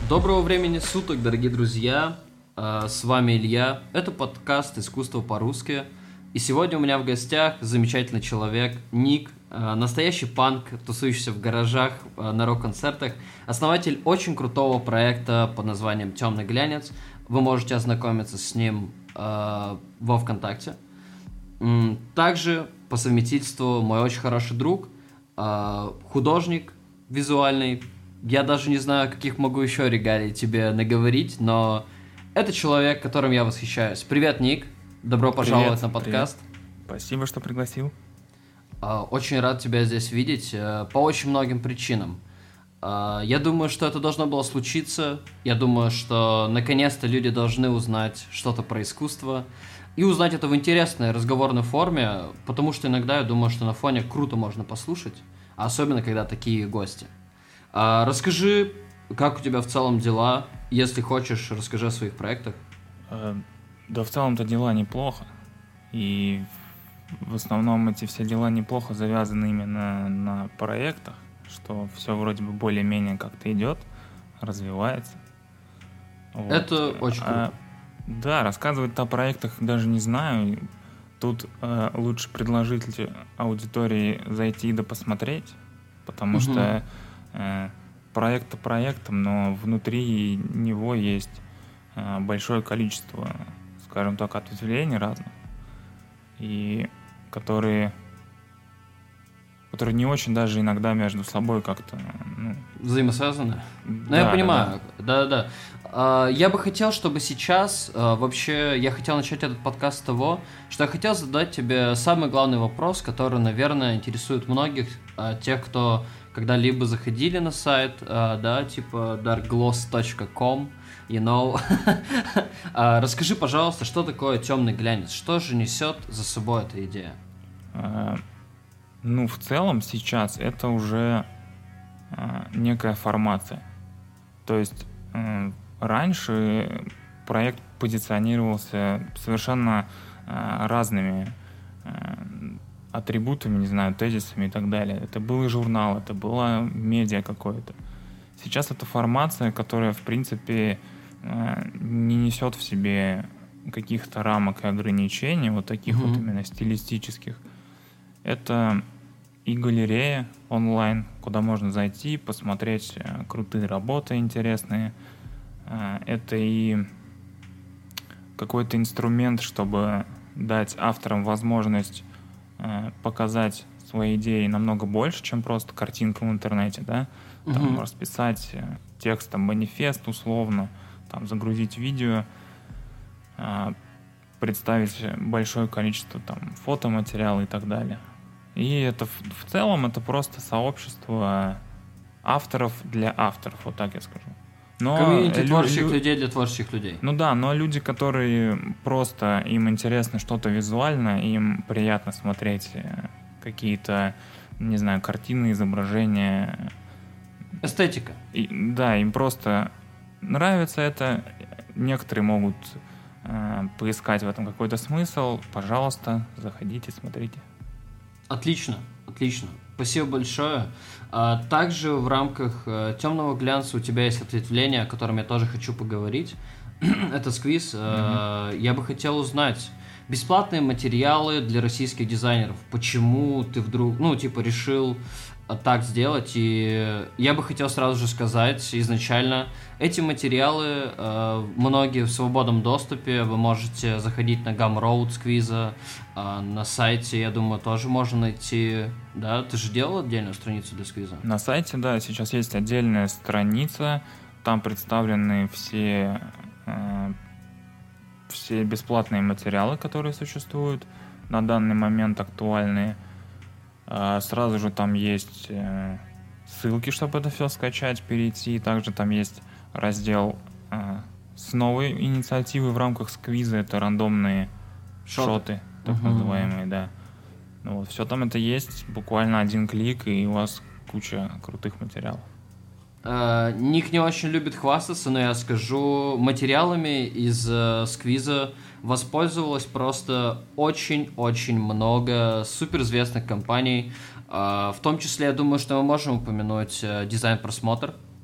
Доброго времени суток, дорогие друзья. С вами Илья. Это подкаст «Искусство по-русски». И сегодня у меня в гостях замечательный человек Ник, настоящий панк, тусующийся в гаражах на рок-концертах, основатель очень крутого проекта под названием «Темный глянец». Вы можете ознакомиться с ним во ВКонтакте. Также по совместительству мой очень хороший друг, художник визуальный. Я даже не знаю, каких могу еще регалий тебе наговорить, но это человек, которым я восхищаюсь. Привет, Ник. Добро пожаловать на подкаст. Привет. Спасибо, что пригласил. Очень рад тебя здесь видеть по очень многим причинам. Я думаю, что это должно было случиться. Я думаю, что наконец-то люди должны узнать что-то про искусство и узнать это в интересной разговорной форме, потому что иногда я думаю, что на фоне круто можно послушать, особенно когда такие гости. Расскажи, как у тебя в целом дела. Если хочешь, расскажи о своих проектах. Да, в целом-то дела неплохо. И в основном эти все дела неплохо завязаны именно на проектах, что все вроде бы более-менее как-то идет, развивается. Вот. Это очень круто. Да, рассказывать о проектах даже не знаю. Тут лучше предложить аудитории зайти да посмотреть, потому что проект проектом, но внутри него есть большое количество, скажем так, ответвлений разных, и которые не очень даже иногда между собой как-то... взаимосвязаны? Да, я понимаю. Да. Я бы хотел, чтобы сейчас... Вообще, я хотел начать этот подкаст с того, что я хотел задать тебе самый главный вопрос, который, наверное, интересует многих, тех, кто когда-либо заходили на сайт, типа darkgloss.com, Расскажи, пожалуйста, что такое темный глянец? Что же несет за собой эта идея? В целом сейчас это уже некая формация. То есть раньше проект позиционировался совершенно разными атрибутами, не знаю, тезисами и так далее. Это был и журнал, это было медиа какое-то. Сейчас это формация, которая, в принципе, не несет в себе каких-то рамок и ограничений, вот таких вот именно стилистических. Это и галерея онлайн, куда можно зайти, посмотреть крутые работы интересные. Это и какой-то инструмент, чтобы дать авторам возможность показать свои идеи намного больше, чем просто картинка в интернете, да? Там расписать текстом манифест условно, там загрузить видео, представить большое количество там фотоматериала и так далее. И это в целом это просто сообщество авторов для авторов, вот так я скажу. Комьюнити творческих людей для творческих людей. Но люди, которые просто им интересно что-то визуально, им приятно смотреть какие-то, не знаю, картины, изображения. Эстетика. Им просто нравится это. Некоторые могут поискать в этом какой-то смысл. Пожалуйста, заходите, смотрите. Отлично. Спасибо большое. Также в рамках темного глянца у тебя есть ответвление, о котором я тоже хочу поговорить. Это сквиз. Я бы хотел узнать бесплатные материалы для российских дизайнеров. Почему ты вдруг, решил так сделать? И я бы хотел сразу же сказать изначально, эти материалы многие в свободном доступе. Вы можете заходить на Gumroad сквиза, на сайте, я думаю, тоже можно найти. Да, ты же делал отдельную страницу для сквиза? На сайте, да, сейчас есть отдельная страница, там представлены все бесплатные материалы, которые существуют на данный момент актуальные. Сразу же там есть ссылки, чтобы это все скачать, перейти. Также там есть раздел с новой инициативой в рамках сквиза. Это рандомные шоты, так называемые, да. Все там это есть, буквально один клик, и у вас куча крутых материалов. Ник не очень любит хвастаться, но я скажу, материалами из сквиза воспользовалось просто очень-очень много суперизвестных компаний. В том числе, я думаю, что мы можем упомянуть Дизайн Просмотр.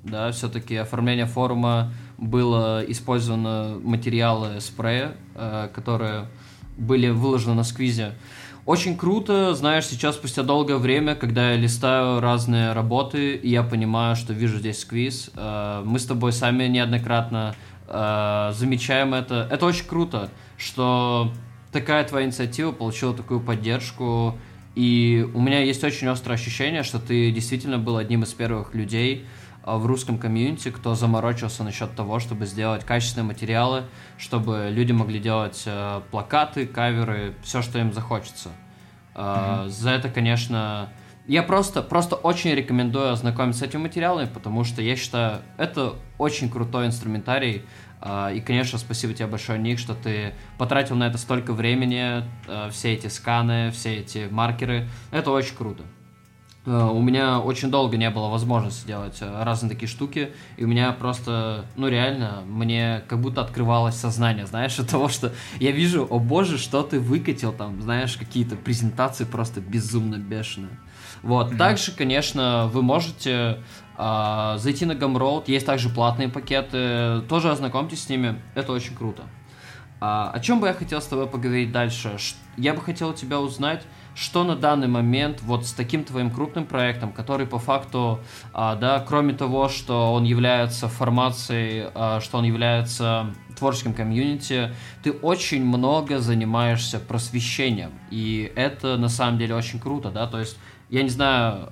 да, все-таки оформление форума было использовано материалы спрея, которые были выложены на сквизе. Очень круто, знаешь, сейчас спустя долгое время, когда я листаю разные работы, и я понимаю, что вижу здесь сквиз, мы с тобой сами неоднократно замечаем это. Это очень круто, что такая твоя инициатива получила такую поддержку, и у меня есть очень острое ощущение, что ты действительно был одним из первых людей в русском комьюнити, кто заморочился насчет того, чтобы сделать качественные материалы, чтобы люди могли делать плакаты, каверы, все, что им захочется. За это, конечно, я просто очень рекомендую ознакомиться с этими материалами, потому что я считаю, это очень крутой инструментарий. И, конечно, спасибо тебе большое, Ник, что ты потратил на это столько времени, все эти сканы, все эти маркеры. Это очень круто. У меня очень долго не было возможности делать разные такие штуки, и у меня просто, реально, мне как будто открывалось сознание, знаешь, от того, что я вижу, о боже, что ты выкатил там, знаешь, какие-то презентации просто безумно бешеные. Вот, также, конечно, вы можете зайти на Gumroad, есть также платные пакеты, тоже ознакомьтесь с ними, это очень круто. О чем бы я хотел с тобой поговорить дальше? Я бы хотел у тебя узнать, что на данный момент вот с таким твоим крупным проектом, который по факту, кроме того, что он является формацией, что он является творческим комьюнити, ты очень много занимаешься просвещением, и это на самом деле очень круто, да, то есть, я не знаю,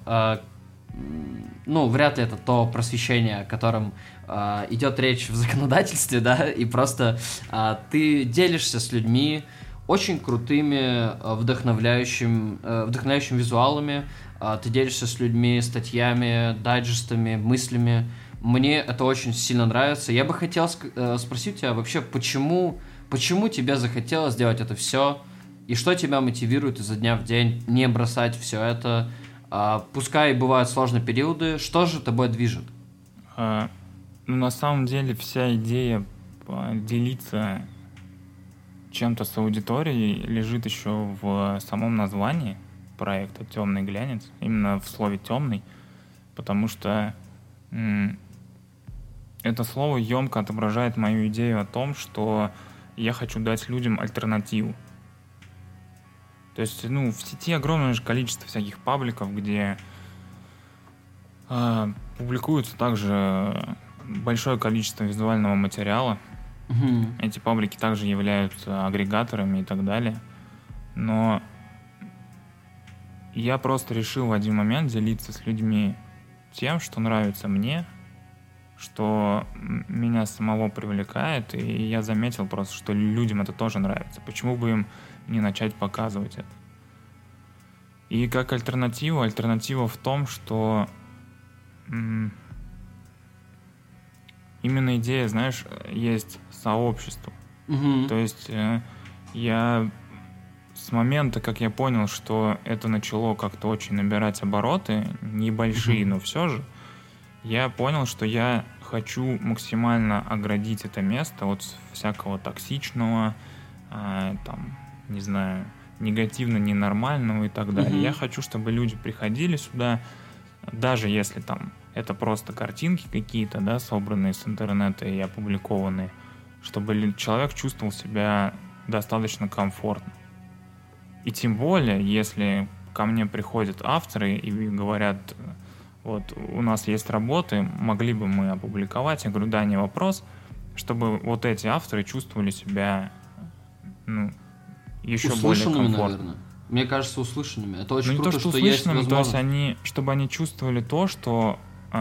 вряд ли это то просвещение, о котором идет речь в законодательстве, да, и просто ты делишься с людьми очень крутыми, вдохновляющими визуалами, ты делишься с людьми статьями, дайджестами, мыслями. Мне это очень сильно нравится. Я бы хотел спросить тебя вообще, почему тебе захотелось сделать это все, и что тебя мотивирует изо дня в день не бросать все это, пускай бывают сложные периоды, что же тобой движет? На самом деле вся идея делиться чем-то с аудиторией лежит еще в самом названии проекта «Темный глянец», именно в слове «темный», потому что это слово емко отображает мою идею о том, что я хочу дать людям альтернативу. То есть, в сети огромное же количество всяких пабликов, где публикуется также большое количество визуального материала. Эти паблики также являются агрегаторами и так далее. Но я просто решил в один момент делиться с людьми тем, что нравится мне, что меня самого привлекает, и я заметил просто, что людям это тоже нравится. Почему бы им не начать показывать это? И как альтернатива в том, что именно идея, знаешь, есть сообщество. То есть я с момента, как я понял, что это начало как-то очень набирать обороты, небольшие, но все же, я понял, что я хочу максимально оградить это место от всякого токсичного, не знаю, негативно ненормального и так далее. Я хочу, чтобы люди приходили сюда, даже если там это просто картинки какие-то, да, собранные с интернета и опубликованные, чтобы человек чувствовал себя достаточно комфортно. И тем более, если ко мне приходят авторы и говорят, вот у нас есть работы, могли бы мы опубликовать, я говорю, да, не вопрос, чтобы вот эти авторы чувствовали себя, еще более комфортно. Наверное. Мне кажется, услышанными. Это очень круто, не то, что есть возможность. То есть чтобы они чувствовали то, что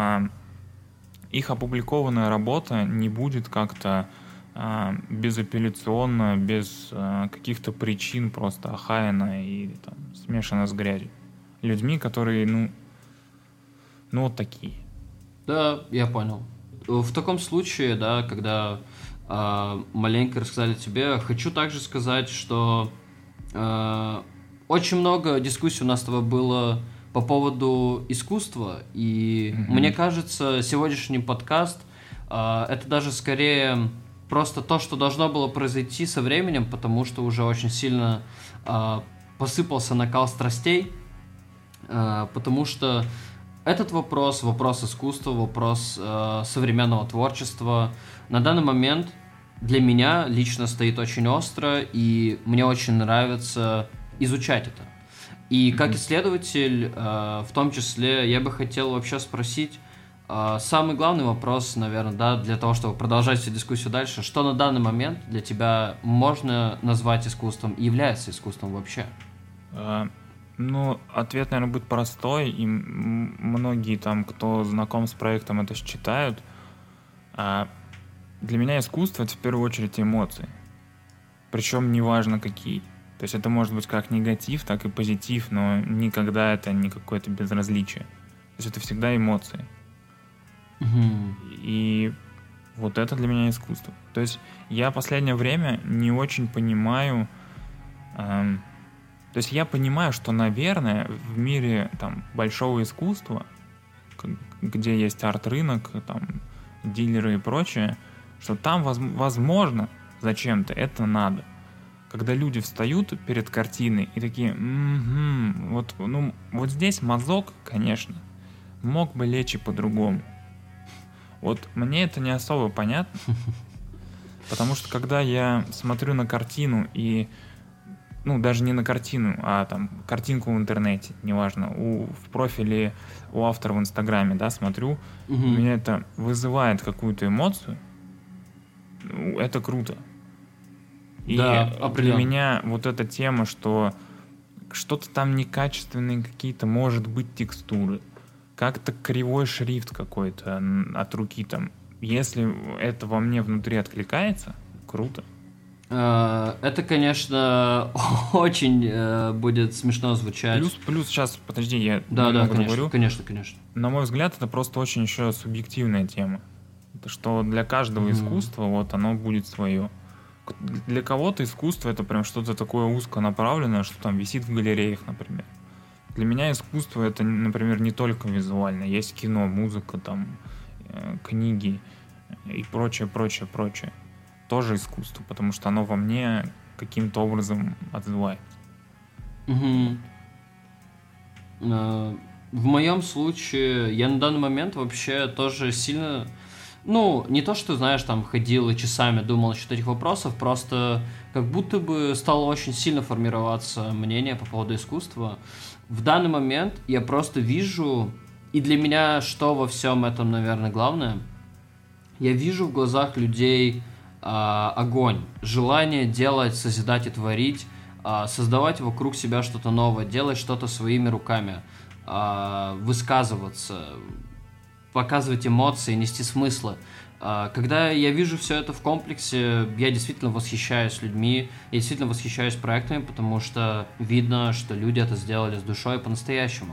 их опубликованная работа не будет как-то безапелляционно, без каких-то причин просто охаяна и там, смешана с грязью. Людьми, которые, вот такие. Да, я понял. В таком случае, да, когда маленько рассказали тебе, хочу также сказать, что очень много дискуссий у нас с тобой было по поводу искусства, и мне кажется, сегодняшний подкаст это даже скорее просто то, что должно было произойти со временем, потому что уже очень сильно посыпался накал страстей, потому что Этот вопрос искусства, вопрос современного творчества на данный момент для меня лично стоит очень остро, и мне очень нравится изучать это. И как исследователь, в том числе, я бы хотел вообще спросить, самый главный вопрос, наверное, да, для того, чтобы продолжать всю дискуссию дальше, что на данный момент для тебя можно назвать искусством и является искусством вообще? Ну, ответ, наверное, будет простой, и многие там, кто знаком с проектом, это считают. Для меня искусство — это в первую очередь эмоции. Причем неважно какие. То есть это может быть как негатив, так и позитив, но никогда это не какое-то безразличие. То есть это всегда эмоции. И вот это для меня искусство. То есть я в последнее время не очень понимаю... То есть я понимаю, что, наверное, в мире там большого искусства, где есть арт-рынок, там, дилеры и прочее, что там, возможно, зачем-то это надо. Когда люди встают перед картиной и такие, вот здесь мазок, конечно, мог бы лечь и по-другому. Вот мне это не особо понятно, потому что когда я смотрю на картину и, даже не на картину, а там картинку в интернете, неважно, в профиле у автора в Инстаграме, да, смотрю, у меня это вызывает какую-то эмоцию, это круто. И для меня вот эта тема, что что-то там некачественные какие-то, может быть, текстуры, как-то кривой шрифт какой-то от руки там. Если это во мне внутри откликается, круто. Это, конечно, очень будет смешно звучать. Плюс сейчас, подожди, я немного договорю. Конечно. На мой взгляд, это просто очень еще субъективная тема. Что для каждого искусства вот оно будет свое. Для кого-то искусство — это прям что-то такое узконаправленное, что там висит в галереях, например. Для меня искусство — это, например, не только визуально. Есть кино, музыка, там, книги и прочее. Тоже искусство, потому что оно во мне каким-то образом отзывается. В моем случае я на данный момент вообще тоже сильно... не то, что, знаешь, там ходил и часами думал насчет этих вопросов, просто как будто бы стало очень сильно формироваться мнение по поводу искусства. В данный момент я просто вижу, и для меня что во всем этом, наверное, главное, я вижу в глазах людей огонь, желание делать, созидать и творить, создавать вокруг себя что-то новое, делать что-то своими руками, высказываться, показывать эмоции, нести смыслы. Когда я вижу все это в комплексе, я действительно восхищаюсь людьми, я действительно восхищаюсь проектами, потому что видно, что люди это сделали с душой по-настоящему.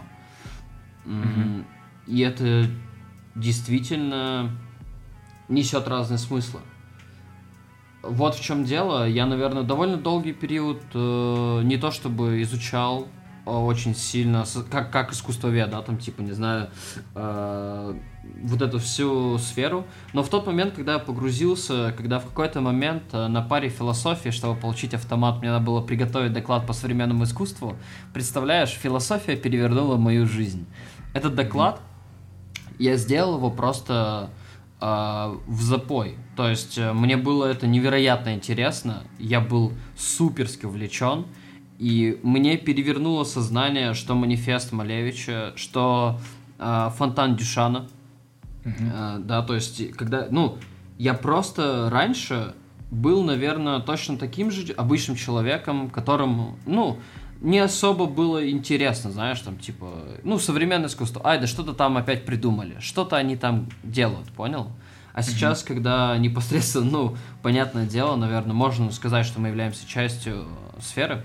И это действительно несет разные смыслы. Вот в чем дело. Я, наверное, довольно долгий период не то чтобы изучал очень сильно, как искусствовед, да, там, типа, не знаю, вот эту всю сферу. Но в тот момент, когда я погрузился, когда в какой-то момент на паре философии, чтобы получить автомат, мне надо было приготовить доклад по современному искусству, представляешь, философия перевернула мою жизнь. Этот доклад, я сделал его просто в запой. То есть мне было это невероятно интересно, я был суперски увлечен, и мне перевернуло сознание, что манифест Малевича, что фонтан Дюшана. Да, то есть, когда, я просто раньше был, наверное, точно таким же обычным человеком, которому, не особо было интересно, знаешь, там, типа, современное искусство, да что-то там опять придумали, что-то они там делают, понял? А сейчас, когда непосредственно, понятное дело, наверное, можно сказать, что мы являемся частью сферы,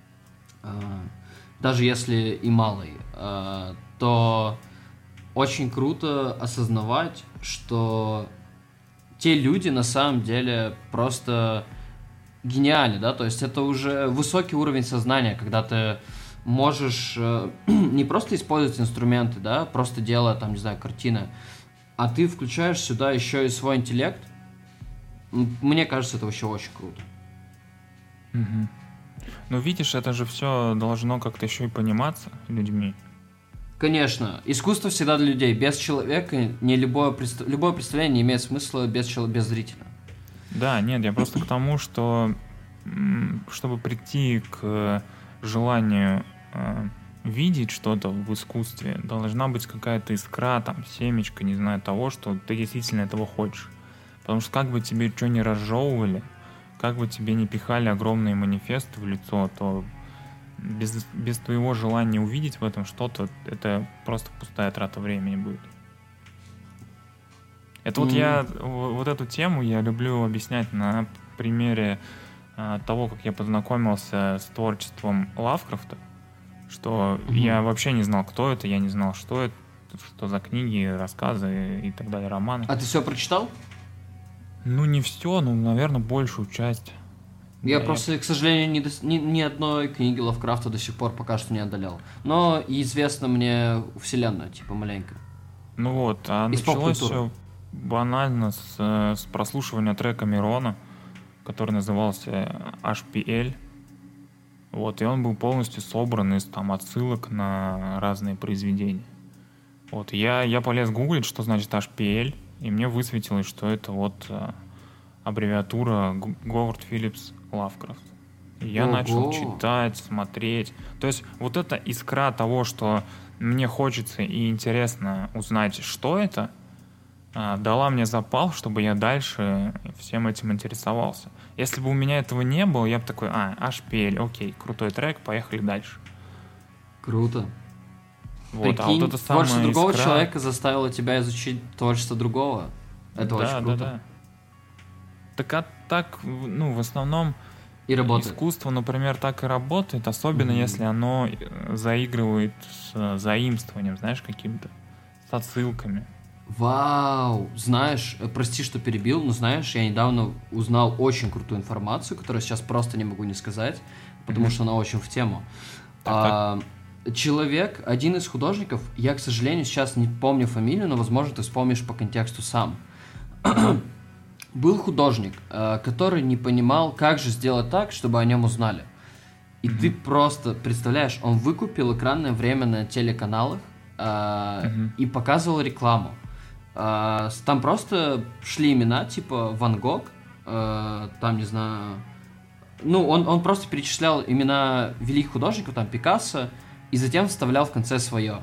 даже если и малой, то очень круто осознавать, что те люди на самом деле просто гениальны, да, то есть это уже высокий уровень сознания, когда ты можешь не просто использовать инструменты, да, просто делая, там, не знаю, картины, а ты включаешь сюда еще и свой интеллект. Мне кажется, это вообще очень круто. Ну, видишь, это же все должно как-то еще и пониматься людьми. Конечно, искусство всегда для людей. Без человека любое представление не имеет смысла без зрителя. Да, нет, я просто к тому, что чтобы прийти к желанию видеть что-то в искусстве, должна быть какая-то искра, там, семечко, не знаю, того, что ты действительно этого хочешь. Потому что как бы тебе что ни разжевывали, как бы тебе не пихали огромные манифесты в лицо, то без твоего желания увидеть в этом что-то, это просто пустая трата времени будет. Это вот эту тему я люблю объяснять на примере того, как я познакомился с творчеством Лавкрафта, что я вообще не знал, кто это, я не знал, что это, что за книги, рассказы и так далее, романы. А ты все прочитал? Ну, не все, но, наверное, большую часть. Я просто, к сожалению, ни одной книги Лавкрафта до сих пор пока что не одолел. Но известно мне вселенная, типа, маленько. Ну вот, а началось все банально с прослушивания трека Мирона, который назывался HPL. Вот, и он был полностью собран из там отсылок на разные произведения. Вот, я полез гуглить, что значит HPL, и мне высветилось, что это вот аббревиатура Говард Филлипс Лавкрафт. И я начал читать, смотреть. То есть вот эта искра того, что мне хочется и интересно узнать, что это, дала мне запал, чтобы я дальше всем этим интересовался. Если бы у меня этого не было, я бы такой, HPL, окей, крутой трек, поехали дальше. Круто. Вот, прикинь, вот это творчество другого человека заставило тебя изучить творчество другого. Это очень круто. Да. Так, в основном и искусство, например, так и работает, особенно если оно заигрывает с заимствованием, знаешь, каким-то, с отсылками. Вау! Знаешь, прости, что перебил, но знаешь, я недавно узнал очень крутую информацию, которую сейчас просто не могу не сказать, потому что она очень в тему. Человек, один из художников, я, к сожалению, сейчас не помню фамилию, но, возможно, ты вспомнишь по контексту сам. Был художник, который не понимал, как же сделать так, чтобы о нем узнали. И ты просто представляешь, он выкупил экранное время на телеканалах и показывал рекламу. Там просто шли имена, типа Ван Гог, там, не знаю... Ну, он просто перечислял имена великих художников, там, Пикассо, и затем вставлял в конце свое.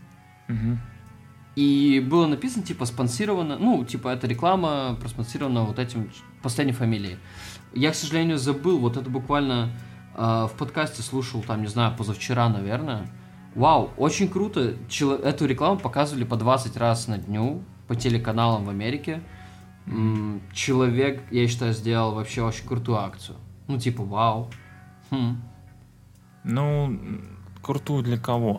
И было написано, типа, спонсировано, ну, типа, эта реклама проспонсирована вот этим последней фамилией. Я, к сожалению, забыл, вот это буквально в подкасте слушал, там, не знаю, позавчера, наверное. Вау, очень круто. Эту рекламу показывали по 20 раз на дню по телеканалам в Америке. Человек, я считаю, сделал вообще очень крутую акцию. Ну, типа, вау. Ну, крутую для кого?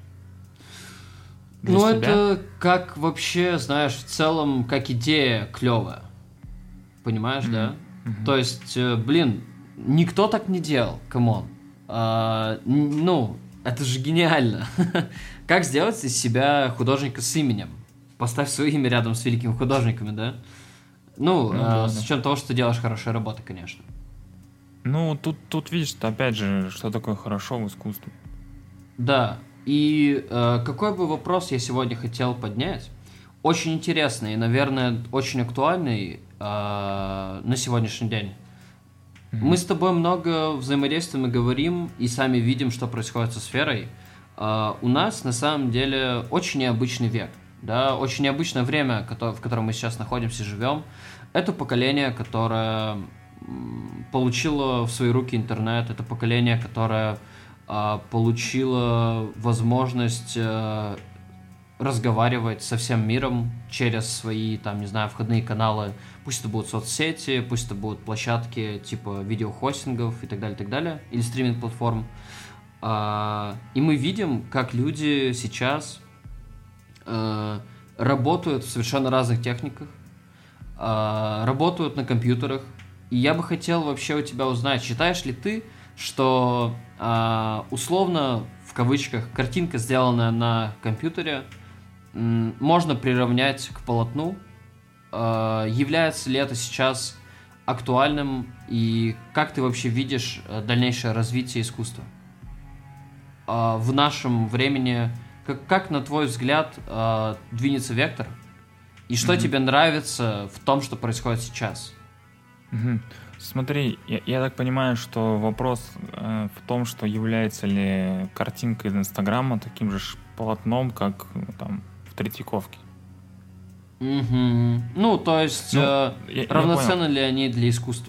Для себя? Это как вообще, знаешь, в целом, как идея клевая. Понимаешь, да? То есть, никто так не делал, камон. Ну, это же гениально. Как сделать из себя художника с именем? Поставь свое имя рядом с великими художниками, да? С учетом того, что ты делаешь хорошие работы, конечно. Ну, тут видишь, опять же, что такое хорошо в искусстве. Да, и какой бы вопрос я сегодня хотел поднять? Очень интересный и, наверное, очень актуальный на сегодняшний день. Мы с тобой много взаимодействуем и говорим, и сами видим, что происходит со сферой. У нас, на самом деле, очень необычный век. Да, очень необычное время, в котором мы сейчас находимся и живем. Это поколение, которое получило в свои руки интернет. Это поколение, которое получило возможность разговаривать со всем миром через свои, там, не знаю, входные каналы. Пусть это будут соцсети, пусть это будут площадки типа видеохостингов и так далее, или стриминг-платформ. И мы видим, как люди сейчас работают в совершенно разных техниках, работают на компьютерах. И я бы хотел вообще у тебя узнать, считаешь ли ты, что условно, в кавычках, картинка, сделанная на компьютере, можно приравнять к полотну? Является ли это сейчас актуальным? И как ты вообще видишь дальнейшее развитие искусства в нашем времени как на твой взгляд, двинется вектор? И что тебе нравится в том, что происходит сейчас? Смотри, я так понимаю, что вопрос в том, что является ли картинка из Инстаграма таким же полотном, как там в Третьяковке. Ну, то есть, равноценны ли они для искусства?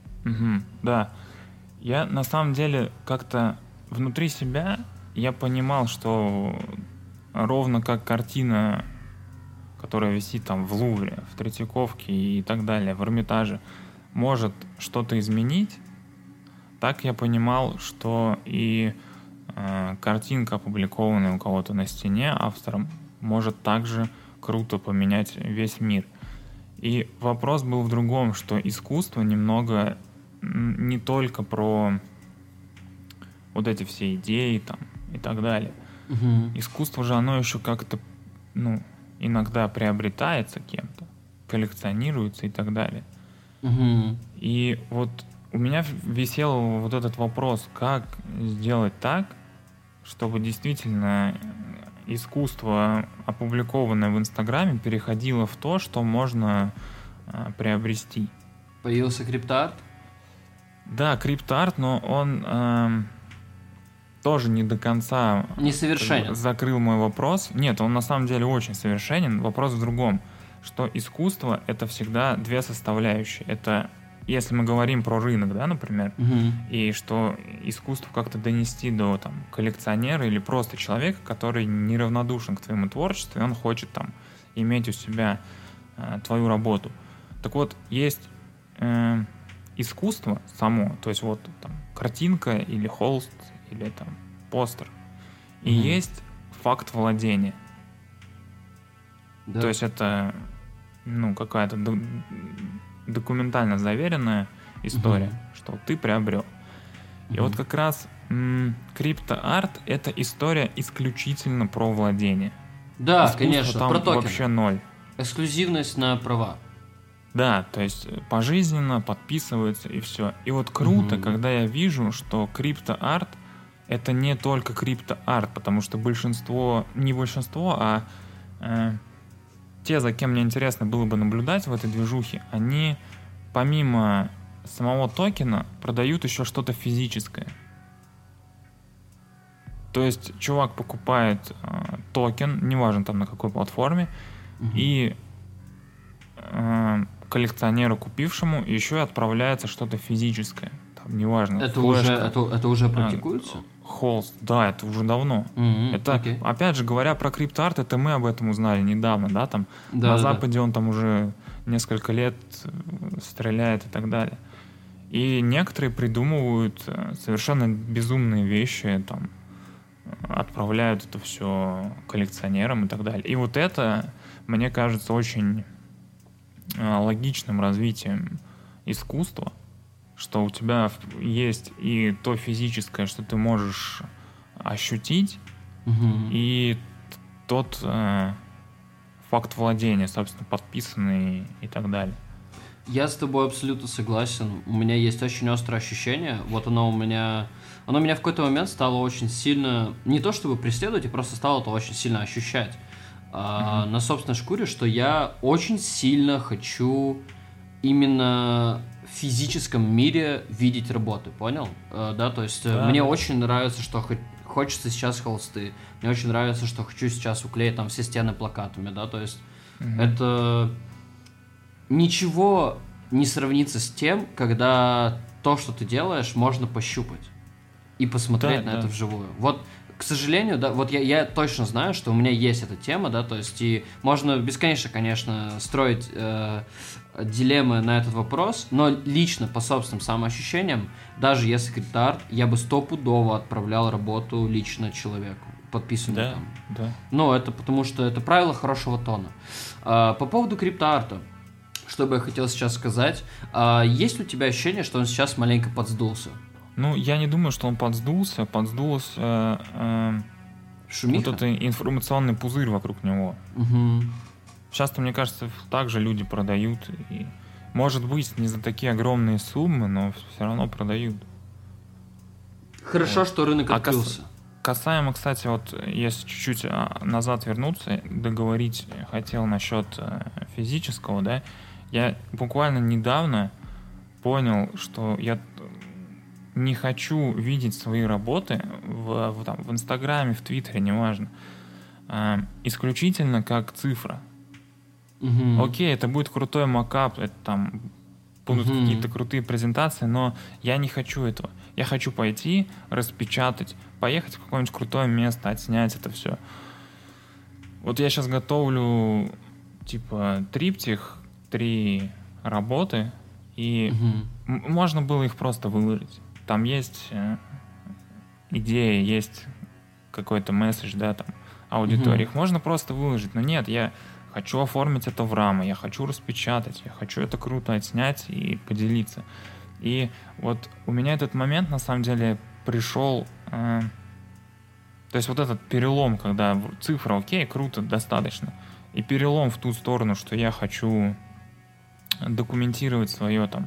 Да. Я на самом деле как-то внутри себя я понимал, что ровно как картина, которая висит там в Лувре, в Третьяковке и так далее, в Эрмитаже, может что-то изменить, так я понимал, что и картинка, опубликованная у кого-то на стене автором, может также круто поменять весь мир. И вопрос был в другом, что искусство немного не только про вот эти все идеи там и так далее. Искусство же оно еще как-то, иногда приобретается кем-то, коллекционируется и так далее. И вот у меня висел вот этот вопрос, как сделать так, чтобы действительно искусство, опубликованное в Инстаграме, переходило в то, что можно приобрести. Появился криптоарт? Да, криптоарт, но он тоже не до конца несовершенен. Закрыл мой вопрос. Нет, он на самом деле очень совершенен. Вопрос в другом, что искусство — это всегда две составляющие. Это если мы говорим про рынок, да, например, и что искусство как-то донести до там коллекционера или просто человека, который неравнодушен к твоему творчеству, и он хочет там иметь у себя твою работу. Так вот, есть искусство само, то есть вот там картинка или холст, или там постер, и есть факт владения. Да. То есть это какая-то документально заверенная история, что ты приобрел. И вот как раз криптоарт — это история исключительно про владение. Да, искусство конечно, там про токены. Вообще ноль. Эксклюзивность на права. Да, то есть пожизненно подписывается и все. И вот круто, когда я вижу, что криптоарт — это не только криптоарт, потому что не большинство, а те, за кем мне интересно было бы наблюдать в этой движухе, они помимо самого токена продают еще что-то физическое. То есть чувак покупает токен, неважно там на какой платформе, и коллекционеру, купившему, еще и отправляется что-то физическое. Там, неважно. Это флешка, уже практикуется? Холст, да, это уже давно. Опять же, говоря про криптоарт, это мы об этом узнали недавно, да, там на Западе он там уже несколько лет стреляет и так далее. И некоторые придумывают совершенно безумные вещи, там, отправляют это все коллекционерам и так далее. И вот это, мне кажется, очень логичным развитием искусства, что у тебя есть и то физическое, что ты можешь ощутить, и тот факт владения, собственно, подписанный и так далее. Я с тобой абсолютно согласен. У меня есть очень острое ощущение. Вот оно меня в какой-то момент стало очень сильно, не то чтобы преследовать, я просто стал это очень сильно ощущать на собственной шкуре, что я очень сильно хочу именно в физическом мире видеть работы, понял? Да, то есть мне очень нравится, что хочется сейчас холсты, мне очень нравится, что хочу сейчас уклеить там все стены плакатами, да, то есть это ничего не сравнится с тем, когда то, что ты делаешь, можно пощупать и посмотреть на это вживую. Вот, к сожалению, да, вот я точно знаю, что у меня есть эта тема, да, то есть и можно бесконечно, конечно, строить дилеммы на этот вопрос, но лично по собственным самоощущениям, даже если криптоарт, я бы стопудово отправлял работу лично человеку, подписанную там. Да. Ну, это потому что это правило хорошего тона. По поводу криптоарта, что бы я хотел сейчас сказать, есть ли у тебя ощущение, что он сейчас маленько подсдулся? Ну, я не думаю, что он подсдулся. Шумиха? Вот это информационный пузырь вокруг него. Часто, мне кажется, также люди продают. И, может быть, не за такие огромные суммы, но все равно продают. Хорошо, что рынок открылся. Касаемо, кстати, вот если чуть-чуть назад вернуться, договорить хотел насчет физического, да, я буквально недавно понял, что я не хочу видеть свои работы в Инстаграме, в Твиттере, неважно, исключительно как цифра. Окей, это будет крутой макап, это там будут какие-то крутые презентации, но я не хочу этого. Я хочу пойти, распечатать, поехать в какое-нибудь крутое место, отснять это все. Вот я сейчас готовлю типа триптих, 3 работы, и можно было их просто выложить. Там есть идея, есть какой-то месседж, да, там, аудитории. Их можно просто выложить, но нет, я хочу оформить это в рамы, я хочу распечатать, я хочу это круто отснять и поделиться. И вот у меня этот момент, на самом деле, пришел... то есть вот этот перелом, когда цифра, окей, круто, достаточно. И перелом в ту сторону, что я хочу документировать свое там...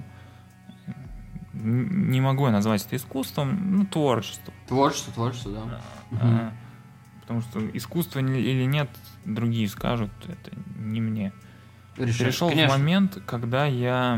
Не могу я назвать это искусством, ну, творчеством. Творчество, да. Потому что искусство или нет, другие скажут, это не мне. Перешел в момент, когда я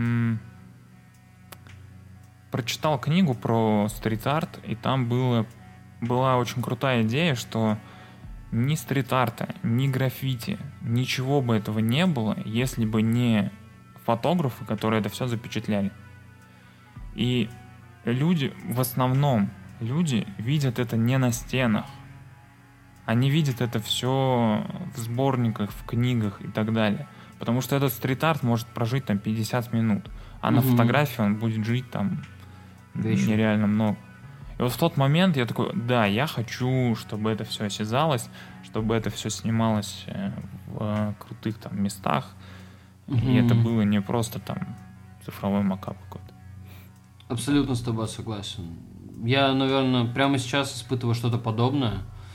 прочитал книгу про стрит-арт, и там была очень крутая идея, что ни стрит-арта, ни граффити, ничего бы этого не было, если бы не фотографы, которые это все запечатляли. И люди, в основном, видят это не на стенах. Они видят это все в сборниках, в книгах и так далее. Потому что этот стрит-арт может прожить там 50 минут, а на фотографии он будет жить там нереально много. И вот в тот момент я такой, да, я хочу, чтобы это все осязалось, чтобы это все снималось в крутых там местах. И это было не просто там цифровой макап какой-то. Абсолютно с тобой согласен. Я, наверное, прямо сейчас испытываю что-то подобное.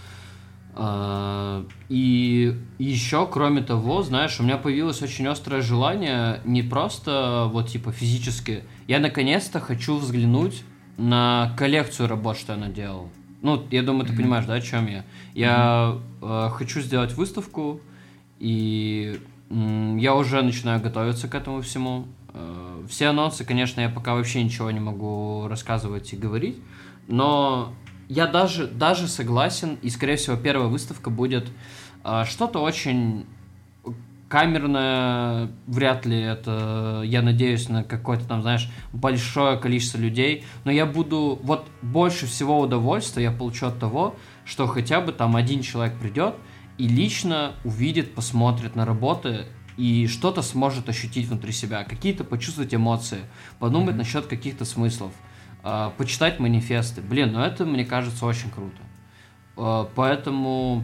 И еще, кроме того, знаешь, у меня появилось очень острое желание не просто вот типа физически. Я наконец-то хочу взглянуть на коллекцию работ, что я наделал. Ну, я думаю, ты понимаешь, да, о чем я. Я хочу сделать выставку, и я уже начинаю готовиться к этому всему. Все анонсы, конечно, я пока вообще ничего не могу рассказывать и говорить, но я даже согласен, и, скорее всего, первая выставка будет что-то очень камерное, вряд ли это, я надеюсь, на какое-то там, знаешь, большое количество людей, но я буду, вот больше всего удовольствия я получу от того, что хотя бы там один человек придет и лично увидит, посмотрит на работы и что-то сможет ощутить внутри себя, какие-то почувствовать эмоции, подумать насчет каких-то смыслов, почитать манифесты. Блин, ну это, мне кажется, очень круто. Поэтому,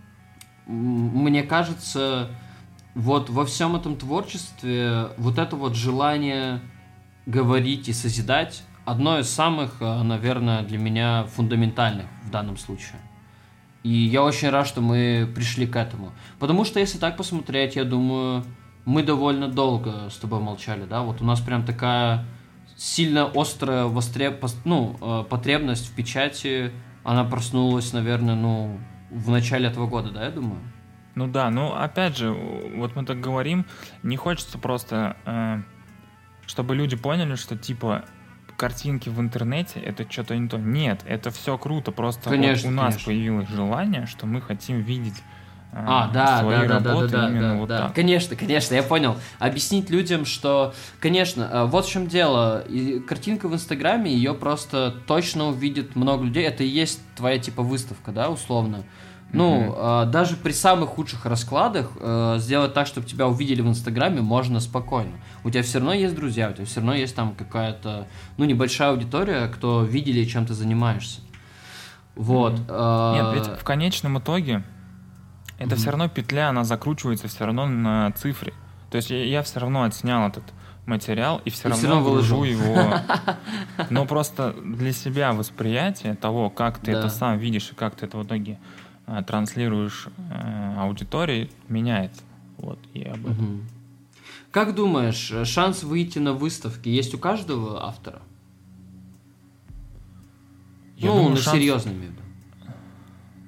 мне кажется, вот во всем этом творчестве вот это вот желание говорить и созидать одно из самых, наверное, для меня фундаментальных в данном случае. И я очень рад, что мы пришли к этому. Потому что, если так посмотреть, я думаю, мы довольно долго с тобой молчали, да? Вот у нас прям такая сильно острая потребность в печати, она проснулась, наверное, в начале этого года, да, я думаю? Ну да, опять же, вот мы так говорим, не хочется просто, чтобы люди поняли, что типа картинки в интернете это что-то не то. Нет, это все круто, просто конечно, вот у нас появилось желание, что мы хотим видеть свои работы именно вот так. Конечно, я понял. Объяснить людям, что, конечно, вот в чем дело. Картинка в Инстаграме, ее просто точно увидит много людей. Это и есть твоя типа выставка, да, условно. Даже при самых худших раскладах сделать так, чтобы тебя увидели в Инстаграме, можно спокойно. У тебя все равно есть друзья, у тебя все равно есть там какая-то, небольшая аудитория, кто видели, чем ты занимаешься. Вот. Нет, ведь в конечном итоге это все равно петля, она закручивается все равно на цифре. То есть я все равно отснял этот материал и все равно выложу его. Но просто для себя восприятие того, как ты это сам видишь и как ты это в итоге транслируешь аудитории, меняется. Вот, и об этом. Как думаешь, шанс выйти на выставки есть у каждого автора? Я думаю, серьезно имею в виду.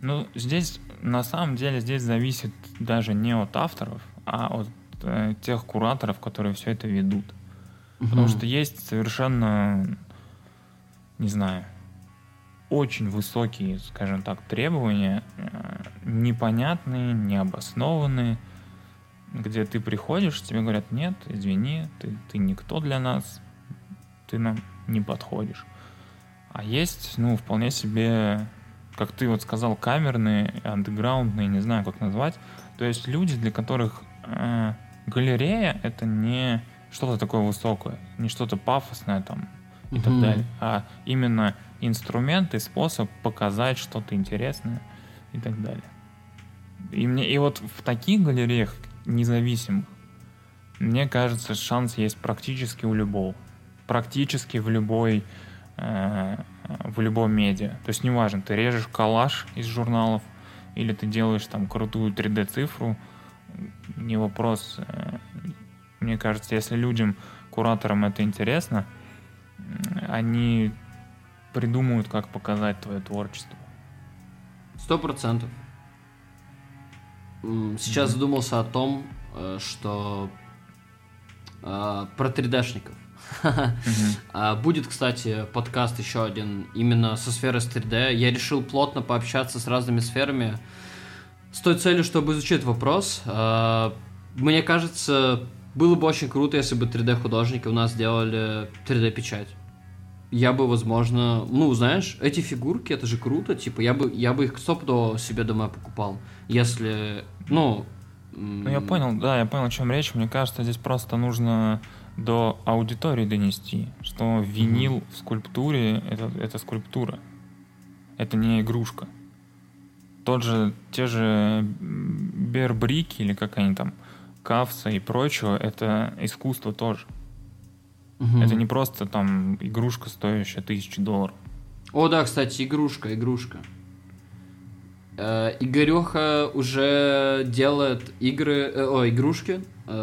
Ну, здесь, на самом деле, здесь зависит даже не от авторов, а от тех кураторов, которые все это ведут. Потому что есть совершенно, не знаю, очень высокие, скажем так, требования, непонятные, необоснованные, где ты приходишь, тебе говорят: нет, извини, ты никто для нас, ты нам не подходишь. А есть, ну, вполне себе, как ты вот сказал, камерные, андеграундные, не знаю, как назвать. То есть люди, для которых галерея — это не что-то такое высокое, не что-то пафосное там и так далее, а именно инструмент и способ показать что-то интересное и так далее. И вот в таких галереях независимых, мне кажется, шанс есть практически у любого. Практически в любом медиа. То есть неважно, ты режешь коллаж из журналов или ты делаешь там крутую 3D-цифру, не вопрос. Мне кажется, если людям, кураторам это интересно, они придумают, как показать твое творчество. 100%. Сейчас задумался о том, что про 3D-шников. Будет, кстати, подкаст еще один именно со сферой с 3D. Я решил плотно пообщаться с разными сферами с той целью, чтобы изучить вопрос. Мне кажется, было бы очень круто, если бы 3D-художники у нас сделали 3D-печать. Я бы, возможно, ну, знаешь, эти фигурки, это же круто, типа, я бы их стопудово себе дома покупал, если, Ну, я понял, о чем речь. Мне кажется, здесь просто нужно до аудитории донести, что винил в скульптуре это скульптура. Это не игрушка. Те же Бербрики, или как они там, Кавса и прочего, это искусство тоже. Это не просто там игрушка, стоящая $1000. О, да, кстати, игрушка. Игореха уже делает игрушки,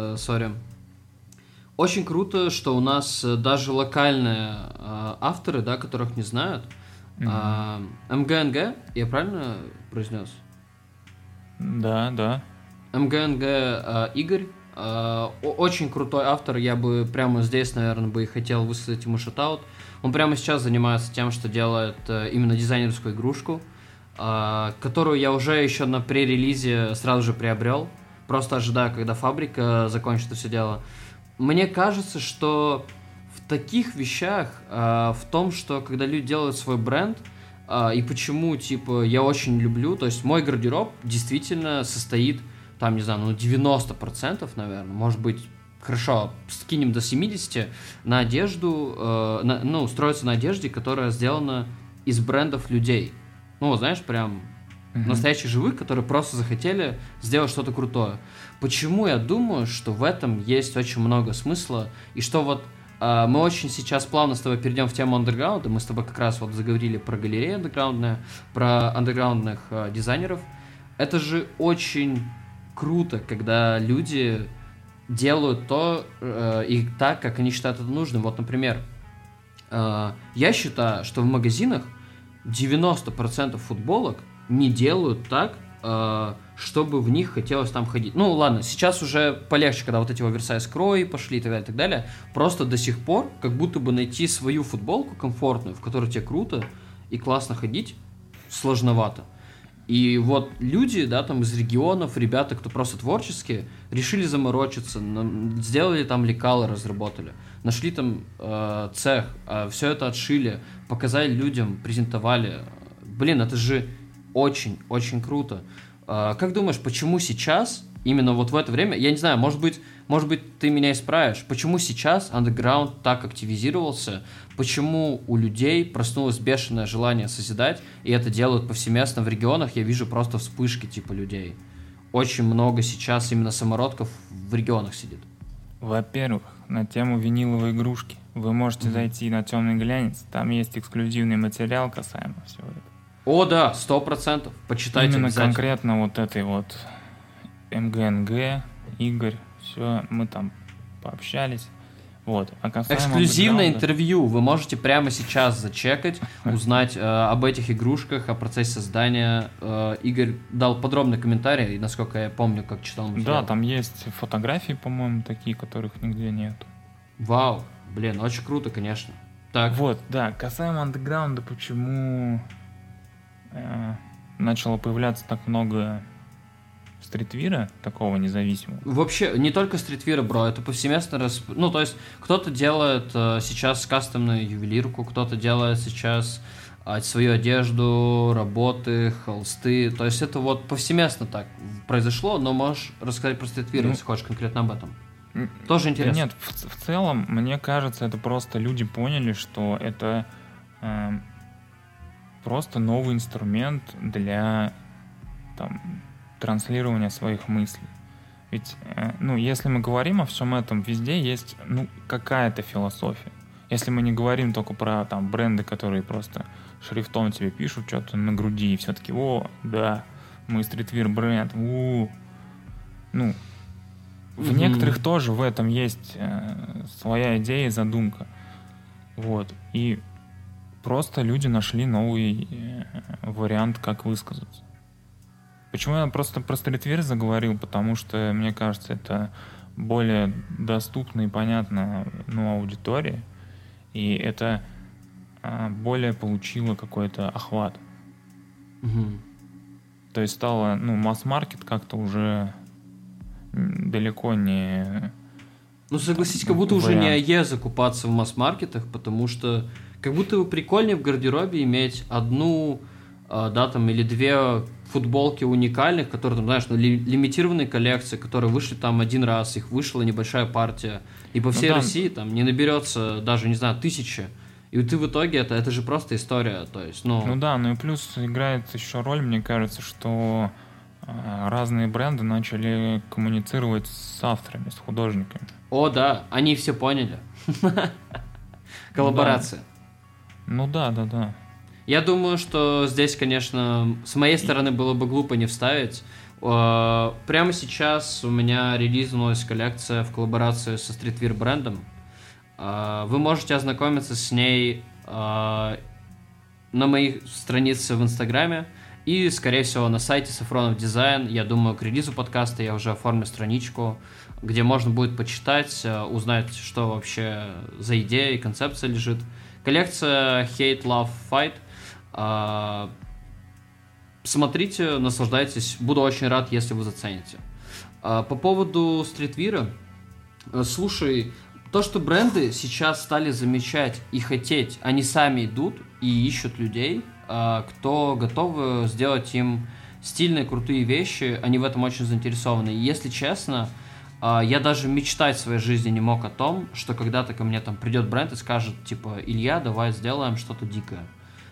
Очень круто, что у нас даже локальные авторы, да, которых не знают, МГНГ, я правильно произнес? Да. МГНГ Игорь, очень крутой автор, я бы прямо здесь, наверное, бы и хотел высказать ему шатаут. Он прямо сейчас занимается тем, что делает именно дизайнерскую игрушку, которую я уже еще на пререлизе сразу же приобрел, просто ожидаю, когда фабрика закончит это все дело. Мне кажется, что в таких вещах, в том, что когда люди делают свой бренд, и почему, типа, я очень люблю, то есть мой гардероб действительно состоит, там, не знаю, 90%, наверное, может быть, хорошо, скинем до 70% на одежду, строится на одежде, которая сделана из брендов людей. Ну, знаешь, прям настоящих живых, которые просто захотели сделать что-то крутое. Почему я думаю, что в этом есть очень много смысла, и что вот мы очень сейчас плавно с тобой перейдем в тему андерграунда, мы с тобой как раз вот заговорили про галереи андерграундные, про андерграундных дизайнеров. Это же очень круто, когда люди делают то и так, как они считают это нужным. Вот, например, я считаю, что в магазинах 90% футболок не делают так, чтобы в них хотелось там ходить. Ну, ладно, сейчас уже полегче, когда вот эти оверсайз крои пошли и так далее, и так далее. Просто до сих пор как будто бы найти свою футболку комфортную, в которой тебе круто и классно ходить, сложновато. И вот люди, да, там из регионов, ребята, кто просто творческие, решили заморочиться, сделали там лекалы, разработали, нашли там цех, все это отшили, показали людям, презентовали. Блин, это же очень-очень круто. Как думаешь, почему сейчас, именно вот в это время, я не знаю, может быть, ты меня исправишь, почему сейчас андеграунд так активизировался, почему у людей проснулось бешеное желание созидать, и это делают повсеместно в регионах, я вижу просто вспышки типа людей. Очень много сейчас именно самородков в регионах сидит. Во-первых, на тему виниловой игрушки. Вы можете зайти на Темный глянец, там есть эксклюзивный материал касаемо всего этого. О, да, 100%. Почитайте именно обязательно. Конкретно вот этой вот МГНГ, Игорь, все, мы там пообщались. Вот. А касаемо Эксклюзивное андеграунда- интервью вы можете прямо сейчас зачекать, узнать об этих игрушках, о процессе создания. Игорь дал подробный комментарий, и, насколько я помню, как читал материал. Да, там есть фотографии, по-моему, такие, которых нигде нет. Вау, блин, очень круто, конечно. Так, Вот, да, касаемо андеграунда, почему начало появляться так много стритвира, такого независимого. вообще, не только стритвира, бро, это повсеместно ну, то есть, кто-то делает сейчас кастомную ювелирку, кто-то делает сейчас свою одежду, работы, холсты. То есть, это вот повсеместно так произошло, но можешь рассказать про стритвир, если хочешь конкретно об этом. Тоже Да интересно. нет, в целом, мне кажется, это просто люди поняли, что это просто новый инструмент для там, транслирования своих мыслей. Ведь, ну, если мы говорим о всем этом, везде есть, ну, какая-то философия. Если мы не говорим только про там бренды, которые просто шрифтом тебе пишут что-то на груди, и все таки о, да, мы стритвир бренд, ну, в некоторых тоже в этом есть своя идея и задумка. Вот. И просто люди нашли новый вариант, как высказаться. Почему я просто про стритвир заговорил? Потому что, мне кажется, это более доступно и понятно, ну, аудитории. И это более получило какой-то охват. То есть стало, ну, масс-маркет как-то уже далеко не... Ну, согласитесь, как будто уже не АЕ закупаться в масс-маркетах, потому что как будто бы прикольнее в гардеробе иметь одну, да, там, или две футболки уникальных, которые, там, знаешь, ну, лимитированные коллекции, которые вышли там один раз, их вышла небольшая партия, и по всей России там не наберется даже, не знаю, 1000. И ты в итоге, это же просто история, то есть, ну... Ну да, ну и плюс играет еще роль, мне кажется, что разные бренды начали коммуницировать с авторами, с художниками. О, да, они все поняли. Коллаборация. Ну да. Я думаю, что здесь, конечно, с моей стороны было бы глупо не вставить. Прямо сейчас у меня релизнулась коллекция в коллаборации со стритвир брендом. Вы можете ознакомиться с ней на моей странице в Инстаграме и, скорее всего, на сайте Сафронов Дизайн. Я думаю, к релизу подкаста я уже оформлю страничку, где можно будет почитать, узнать, что вообще за идея и концепция лежит. Коллекция Hate, Love, Fight. Смотрите, наслаждайтесь. Буду очень рад, если вы зацените. По поводу стритвира. Слушай, то, что бренды сейчас стали замечать и хотеть, они сами идут и ищут людей, кто готовы сделать им стильные, крутые вещи, они в этом очень заинтересованы. И если честно, я даже мечтать в своей жизни не мог о том, что когда-то ко мне там придет бренд и скажет, типа, Илья, давай сделаем что-то дикое.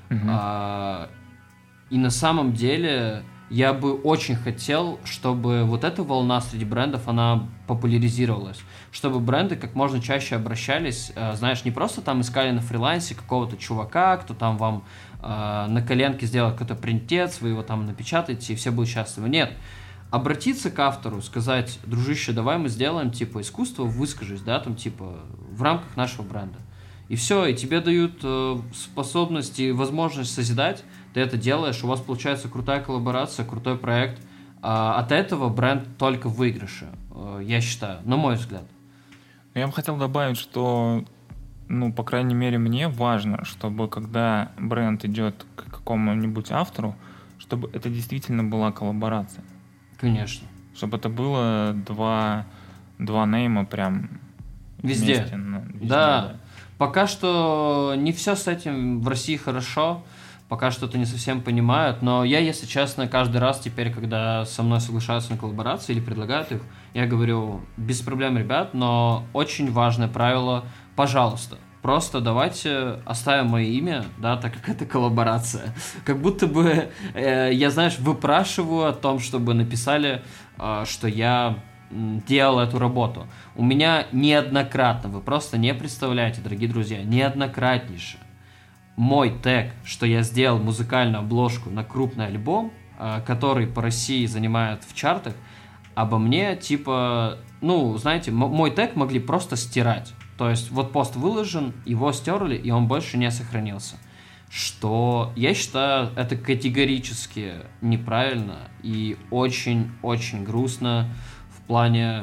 И на самом деле я бы очень хотел, чтобы вот эта волна среди брендов, она популяризировалась. Чтобы бренды как можно чаще обращались, знаешь, не просто там искали на фрилансе какого-то чувака, кто там вам на коленке сделает какой-то принтец, вы его там напечатаете, и все будут счастливы. Нет. Обратиться к автору, сказать, дружище, давай мы сделаем, типа, искусство, выскажись, да, там, типа, в рамках нашего бренда. И все, и тебе дают способность и возможность созидать, ты это делаешь, у вас получается крутая коллаборация, крутой проект. От этого бренд только в выигрыше, я считаю, на мой взгляд. Я бы хотел добавить, что, ну, по крайней мере, мне важно, чтобы когда бренд идет к какому-нибудь автору, чтобы это действительно была коллаборация. Конечно. Чтобы это было два нейма прям везде. Вместе, везде, да. Пока что не все с этим в России хорошо, пока что это не совсем понимают, но я, если честно, каждый раз теперь, когда со мной соглашаются на коллаборации или предлагают их, я говорю, без проблем, ребят, но очень важное правило, пожалуйста, просто давайте оставим мое имя, да, так как это коллаборация. Как будто бы я, знаешь, выпрашиваю о том, чтобы написали, что я делал эту работу. У меня неоднократно, вы просто не представляете, дорогие друзья, неоднократнейше мой тег, что я сделал музыкальную обложку на крупный альбом, который по России занимает в чартах, обо мне, типа, ну, знаете, мой тег могли просто стирать. То есть вот пост выложен, его стерли, и он больше не сохранился. Что я считаю, это категорически неправильно и очень-очень грустно в плане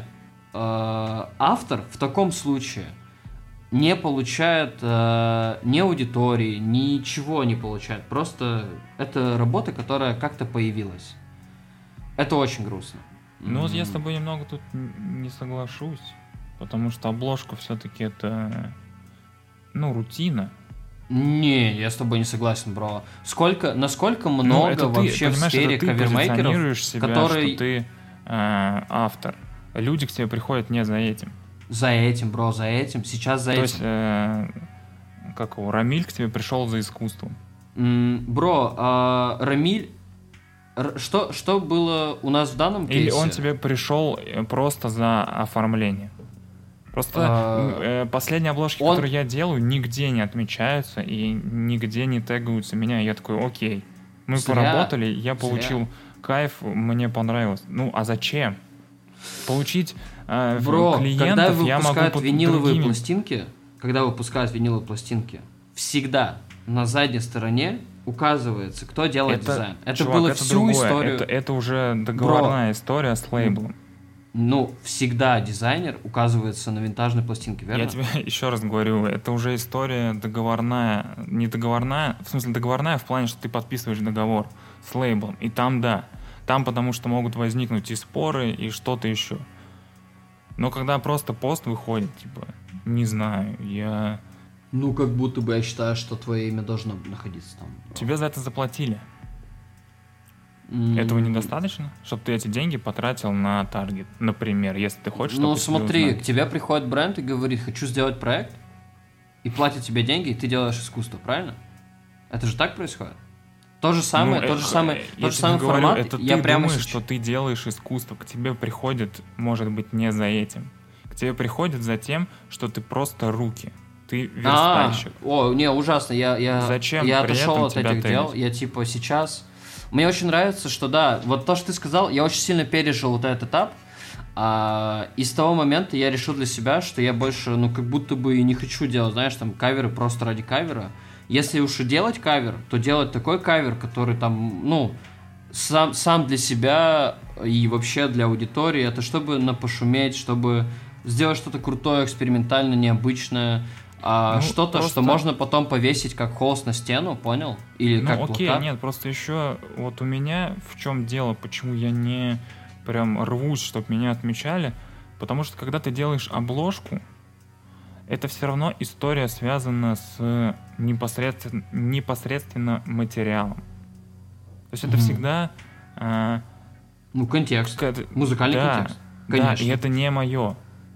автор в таком случае не получает ни аудитории, ничего не получает. Просто это работа, которая как-то появилась. Это очень грустно. Ну, вот я с тобой немного тут не соглашусь, потому что обложка все-таки это, рутина. Не, я с тобой не согласен, бро. Насколько много вообще в сфере кавермейкеров, которые... что ты автор. Люди к тебе приходят не за этим. За этим, бро, за этим. Сейчас за этим. То есть, Рамиль к тебе пришел за искусством. Бро, Рамиль... Что было у нас в данном кейсе? Или он тебе пришел просто за оформление? Просто последние обложки, которые я делаю, нигде не отмечаются и нигде не тегаются меня. Я такой, окей, мы поработали, я получил кайф, мне понравилось. Ну, а зачем? Получить клиентов я могу под другими... Когда выпускают виниловые пластинки, всегда на задней стороне указывается, кто делает дизайн. Это было всю историю. Это уже договорная история с лейблом. Ну, всегда дизайнер указывается на винтажной пластинке, верно? Я тебе еще раз говорю, это уже история договорная, не договорная, в смысле договорная в плане, что ты подписываешь договор с лейблом, и там да, там потому что могут возникнуть и споры, и что-то еще. Но когда просто пост выходит, типа, не знаю, я... Ну, как будто бы я считаю, что твое имя должно находиться там. Тебе за это заплатили. Этого недостаточно, чтобы ты эти деньги потратил на таргет, например, если ты хочешь, чтобы... Ну, смотри, к тебе приходит бренд и говорит, хочу сделать проект, и платит тебе деньги, и ты делаешь искусство, правильно? Это же так происходит? То же самое формат. Это ты думаешь, что ты делаешь искусство, к тебе приходит, может быть, не за этим. К тебе приходит за тем, что ты просто руки. Ты верстальщик. Ужасно. Зачем я отошел от этих дел. Я типа сейчас... Мне очень нравится, что да, вот то, что ты сказал, я очень сильно пережил вот этот этап. И с того момента я решил для себя, что я больше, как будто бы и не хочу делать, знаешь, там, каверы просто ради кавера. Если уж и делать кавер, то делать такой кавер, который там, сам для себя и вообще для аудитории. Это чтобы пошуметь, чтобы сделать что-то крутое, экспериментальное, необычное. Что-то, просто... что можно потом повесить как холст на стену, понял? Или как окей, плакат. Нет, просто еще вот у меня в чем дело, почему я не прям рвусь, чтобы меня отмечали, потому что когда ты делаешь обложку, это все равно история связана с непосредственно материалом. То есть это всегда... контекст. Музыкальный контекст. Конечно. Да, и это не мое.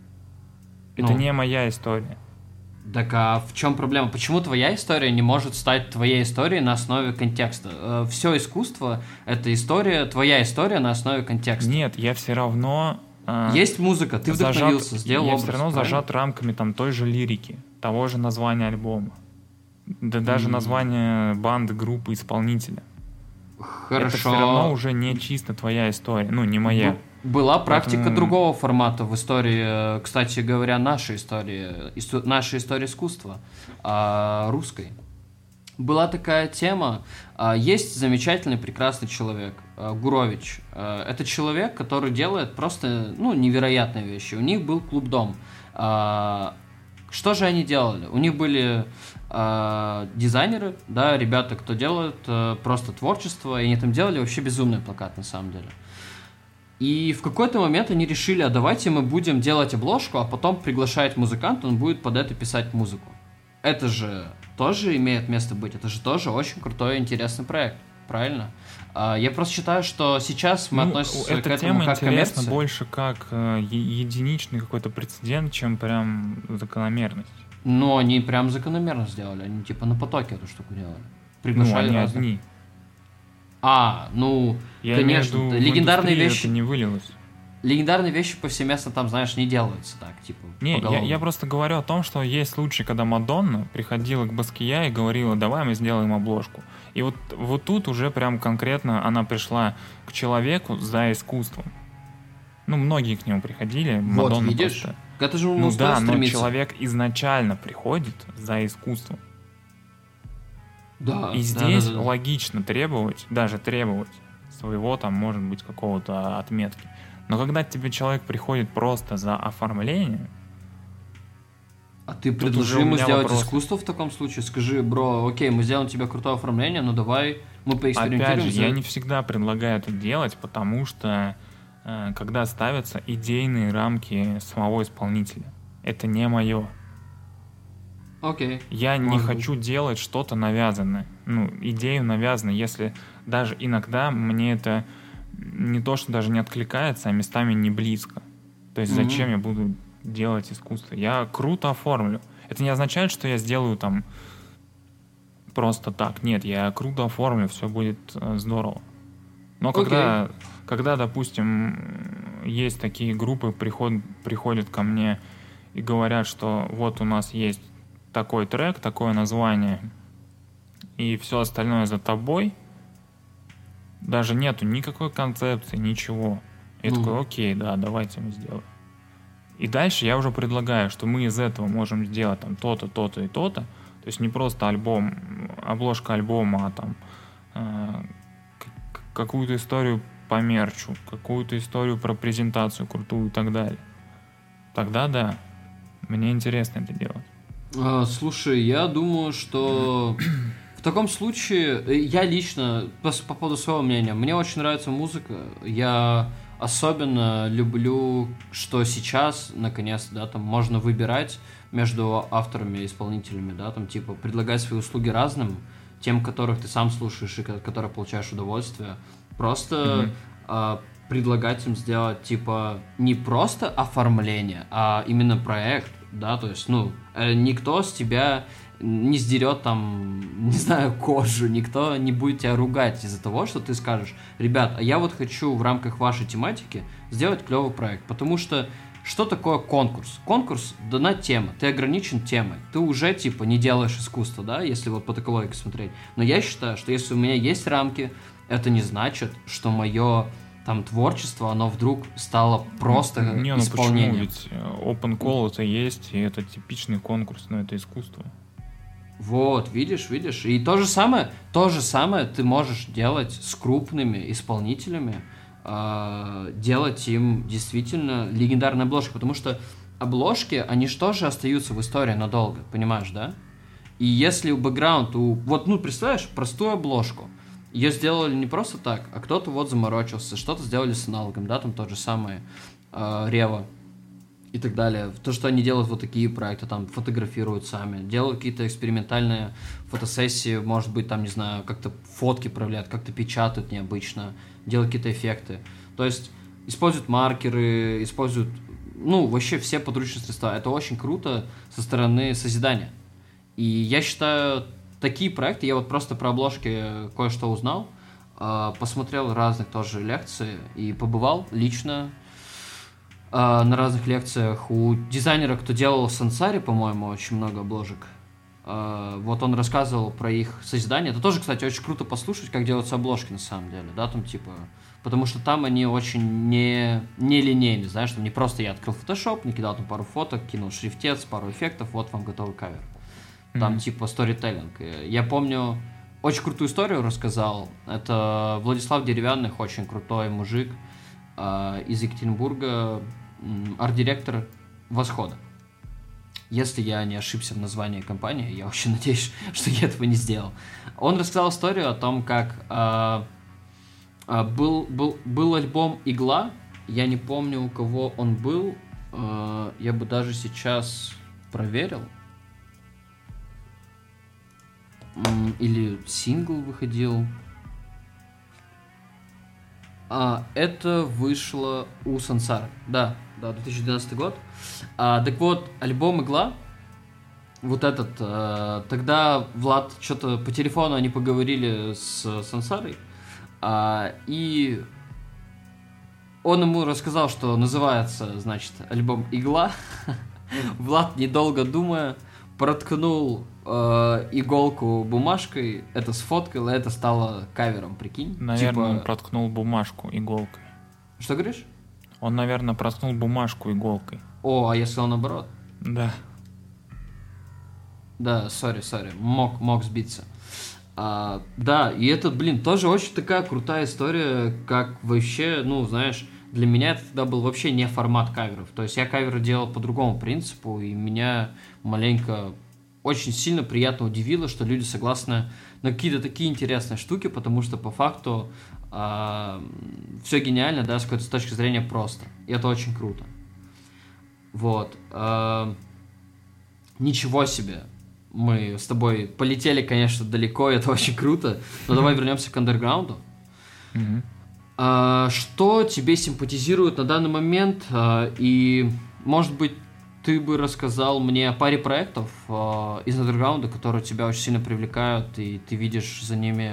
Это не моя история. Так а в чем проблема? Почему твоя история не может стать твоей историей на основе контекста? Все искусство — это твоя история на основе контекста. Нет, я все равно... Есть музыка, ты вдохновился, сделал образ. Я все равно зажат рамками там той же лирики, того же названия альбома. Да даже название банды, группы, исполнителя. Хорошо. Это все равно уже не чисто твоя история, не моя. Была практика другого формата в истории, кстати говоря, нашей истории искусства, русской. Была такая тема. Есть замечательный, прекрасный человек, Гурович. Это человек, который делает просто невероятные вещи. У них был клуб-дом. Что же они делали? У них были дизайнеры, да, ребята, кто делают просто творчество, и они там делали вообще безумный плакат на самом деле. И в какой-то момент они решили, давайте мы будем делать обложку, а потом приглашать музыканта, он будет под это писать музыку. Это же тоже имеет место быть, это же тоже очень крутой и интересный проект, правильно? Я просто считаю, что сейчас мы относимся к этому как к коммерции. Эта тема интересна больше как единичный какой-то прецедент, чем прям закономерность. Но они прям закономерно сделали, они типа на потоке эту штуку делали. Приглашали они одни. Конечно, легендарные вещи это не вылилось. Легендарные вещи повсеместно там, знаешь, не делаются так, типа. Я просто говорю о том, что есть случаи, когда Мадонна приходила к Баския и говорила, давай мы сделаем обложку. И вот тут уже прям конкретно она пришла к человеку за искусством. Многие к нему приходили. Вот, видишь? к этому Ну стоит да, но стремиться. человек изначально приходит за искусством. Да, И здесь да. логично требовать, даже требовать своего там, может быть, какого-то отметки. Но когда к тебе человек приходит просто за оформлением, А ты тут предложи уже у ему меня сделать вопрос. искусство в таком случае. Скажи, бро, окей, мы сделаем тебе крутое оформление, но давай мы поэкспериментируем. Опять же, я не всегда предлагаю это делать, потому что когда ставятся идейные рамки самого исполнителя, это не мое. Окей. Я не может хочу делать что-то навязанное. Ну, идею навязанную, если даже иногда мне это не то, что даже не откликается, а местами не близко. То есть зачем я буду делать искусство? Я круто оформлю. Это не означает, что я сделаю там просто так. Нет, я круто оформлю, все будет здорово. Но когда, допустим, есть такие группы, приходят ко мне и говорят, что вот у нас есть такой трек, такое название, и все остальное за тобой, даже нету никакой концепции, ничего. Я такой, окей, да, давайте мы сделаем. И дальше я уже предлагаю, что мы из этого можем сделать там то-то, то-то и то-то. То есть не просто альбом, обложка альбома, а там какую-то историю по мерчу, какую-то историю про презентацию крутую и так далее. Тогда да, мне интересно это делать. Слушай, я думаю, что в таком случае я лично, по поводу своего мнения, мне очень нравится музыка. Я особенно люблю, что сейчас, наконец-то, да, там можно выбирать между авторами и исполнителями, да, там, типа, предлагать свои услуги разным, тем, которых ты сам слушаешь и которых получаешь удовольствие. Просто предлагать им сделать, типа, не просто оформление, а именно проект, да, то есть, ну, никто с тебя не сдерет там, не знаю, кожу, никто не будет тебя ругать из-за того, что ты скажешь, ребят, а я вот хочу в рамках вашей тематики сделать клевый проект, потому что что такое конкурс? Конкурс — дана тема, ты ограничен темой, ты уже, типа, не делаешь искусство, да, если вот по такой логике смотреть. Но я считаю, что если у меня есть рамки, это не значит, что мое там творчество, оно вдруг стало просто исполнением. Почему? Ведь open call это есть, и это типичный конкурс, но это искусство. Вот, видишь, и то же самое ты можешь делать с крупными исполнителями, делать им действительно легендарные обложки, потому что обложки, они же тоже остаются в истории надолго, понимаешь, да? И если бэкграунд, вот, ну, представляешь, простую обложку, ее сделали не просто так, а кто-то вот заморочился, что-то сделали с аналогом, да, там тот же самый Рева и так далее. То, что они делают вот такие проекты, там, фотографируют сами, делают какие-то экспериментальные фотосессии, может быть, там, не знаю, как-то фотки проявляют, как-то печатают необычно, делают какие-то эффекты. То есть используют маркеры, используют, ну, вообще все подручные средства. Это очень круто со стороны созидания. И я считаю, такие проекты, я вот просто про обложки кое-что узнал, посмотрел разных тоже лекций и побывал лично на разных лекциях у дизайнера, кто делал Сансари, по-моему, очень много обложек. Вот он рассказывал про их созидание. Это тоже, кстати, очень круто послушать, как делаются обложки на самом деле, да, там типа, потому что там они очень не линейные, знаешь, там не просто я открыл Photoshop, накидал там пару фоток, кинул шрифтец, пару эффектов, вот вам готовый кавер. Там типа сторителлинг. Я помню, очень крутую историю рассказал. Это Владислав Деревянных, очень крутой мужик из Екатеринбурга, арт-директор «Восхода». Если я не ошибся в названии компании, я очень надеюсь, что я этого не сделал. Он рассказал историю о том, как был альбом «Игла». Я не помню, у кого он был. Я бы даже сейчас проверил. Или сингл выходил. Это вышло у Сансары. Да, 2012 год. Так вот, альбом «Игла», вот этот, тогда Влад что-то по телефону они поговорили с Сансарой, и он ему рассказал, что называется, значит, альбом «Игла». Влад, недолго думая, проткнул иголку бумажкой, это сфоткал, и это стало кавером, прикинь. Наверное, он проткнул бумажку иголкой. Что говоришь? Он, наверное, проткнул бумажку иголкой. О, а если он наоборот? Да. Да, сори, мог сбиться. Да, и это, тоже очень такая крутая история, как вообще, ну, знаешь, для меня это тогда был вообще не формат каверов. То есть я каверы делал по другому принципу, и меня маленько очень сильно приятно удивило, что люди согласны на какие-то такие интересные штуки, потому что по факту все гениально, да, с какой-то точки зрения просто. И это очень круто. Вот. Ничего себе. Мы с тобой полетели, конечно, далеко, и это очень круто. Но давай вернемся к андерграунду. Что тебе симпатизирует на данный момент? И, может быть, ты бы рассказал мне о паре проектов из андерграунда, которые тебя очень сильно привлекают, и ты видишь за ними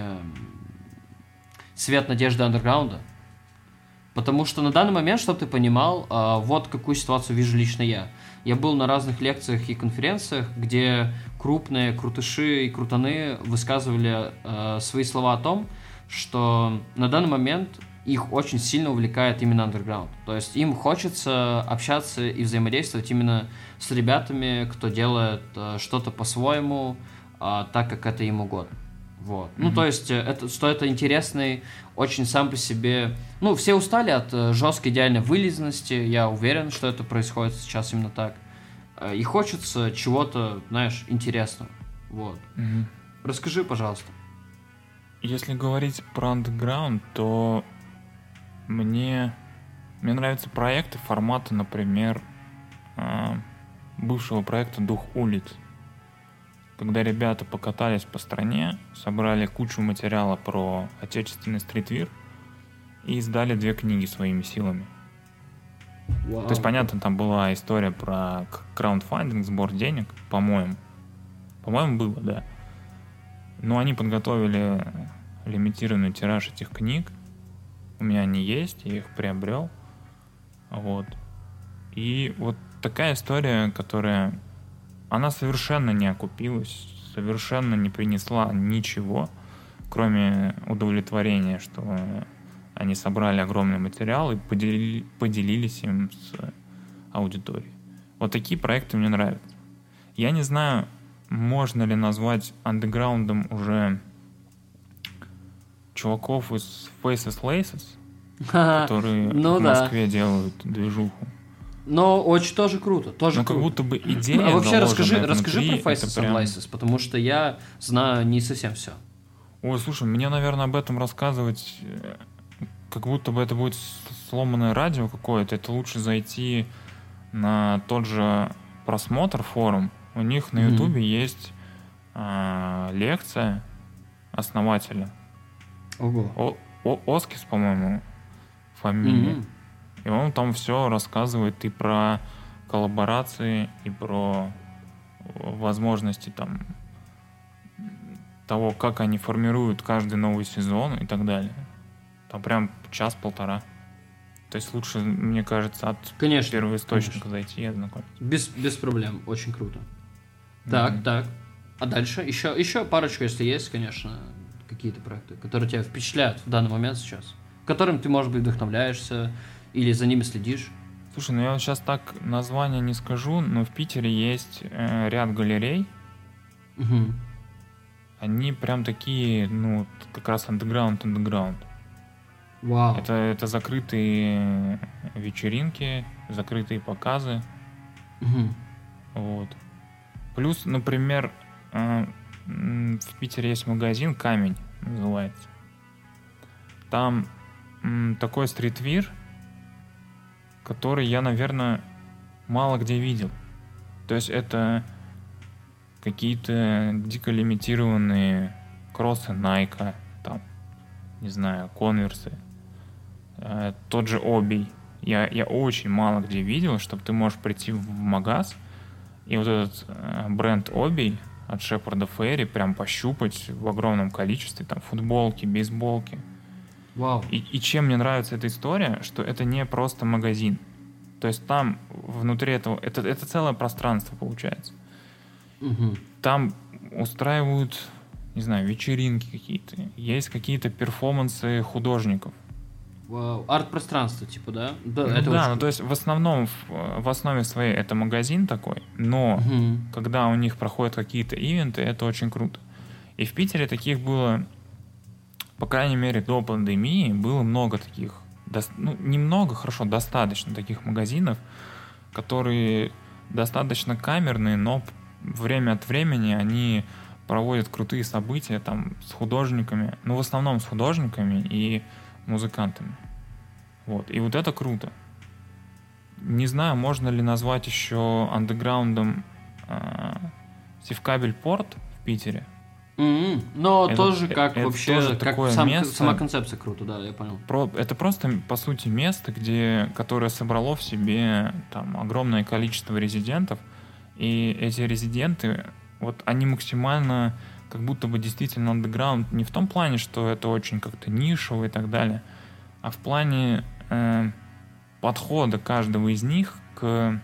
свет надежды андерграунда? Потому что на данный момент, чтобы ты понимал, вот какую ситуацию вижу лично я. Я был на разных лекциях и конференциях, где крупные крутыши и крутаны высказывали свои слова о том, что на данный момент их очень сильно увлекает именно андерграунд. То есть им хочется общаться и взаимодействовать именно с ребятами, кто делает что-то по-своему, так, как это им угодно. Вот. Ну, то есть, это интересный, очень сам по себе... Ну, все устали от жесткой идеальной вылизанности, я уверен, что это происходит сейчас именно так. И хочется чего-то, знаешь, интересного. Вот. Расскажи, пожалуйста. Если говорить про андеграунд, то мне нравятся проекты формата, например, бывшего проекта «Дух улиц». Когда ребята покатались по стране, собрали кучу материала про отечественный стритвир и издали 2 книги своими силами. Вау. То есть, понятно, там была история про краундфандинг, сбор денег, по-моему. По-моему, было, да. Но они подготовили лимитированный тираж этих книг. У меня они есть, я их приобрел. Вот. И вот такая история, которая... Она совершенно не окупилась, совершенно не принесла ничего, кроме удовлетворения, что они собрали огромный материал и поделились им с аудиторией. Вот такие проекты мне нравятся. Я не знаю, можно ли назвать андеграундом уже чуваков из Faces Laces, которые в Москве делают движуху. Но очень тоже круто, тоже круто. Как будто бы идея А вообще расскажи внутри, про Faces and Laces, потому что я знаю не совсем все. Ой, слушай, мне, наверное, об этом рассказывать, как будто бы это будет сломанное радио какое-то. Это лучше зайти на тот же просмотр форум. У них на Ютубе есть лекция основателя. Ого. Оскис, по-моему, фамилия. И он там все рассказывает и про коллаборации, и про возможности там того, как они формируют каждый новый сезон и так далее. Там прям 1-1.5. То есть лучше, мне кажется, от первого источника зайти и ознакомиться. Без проблем, очень круто. Так. А дальше? Еще парочку, если есть, конечно, какие-то проекты, которые тебя впечатляют в данный момент сейчас, которым ты, может быть, вдохновляешься, или за ними следишь? Слушай, я вот сейчас так название не скажу, но в Питере есть ряд галерей. Они прям такие, как раз андеграунд. Вау. Это закрытые вечеринки, закрытые показы. Вот. Плюс, например, в Питере есть магазин «Камень» называется. Там такой стритвир, который я, наверное, мало где видел. То есть это какие-то дико лимитированные кроссы Nike, там, не знаю, конверсы, тот же Обий. Я очень мало где видел, чтобы ты можешь прийти в магаз и вот этот бренд Обий от Шепарда Ферри прям пощупать в огромном количестве, там, футболки, бейсболки. Вау. И чем мне нравится эта история, что это не просто магазин. То есть там внутри этого... Это целое пространство получается. Там устраивают, не знаю, вечеринки какие-то. Есть какие-то перформансы художников. Вау. Арт-пространство, типа, да? Да, Ну это да, очень ну то есть в основном, в основе своей это магазин такой, но Мгм. когда у них проходят какие-то ивенты, это очень круто. И в Питере таких было, по крайней мере, до пандемии, было много таких, ну, немного, хорошо, достаточно таких магазинов, которые достаточно камерные, но время от времени они проводят крутые события там с художниками, ну, в основном с художниками и музыкантами. Вот. И вот это круто. Не знаю, можно ли назвать еще андеграундом Севкабель Порт в Питере. Но Это- тоже как это вообще, тоже как такое место. сама концепция круто, да, я понял. Это просто, по сути, место, которое собрало в себе там огромное количество резидентов, и эти резиденты, вот они максимально как будто бы действительно андеграунд, не в том плане, что это очень как-то нишево и так далее, а в плане подхода каждого из них к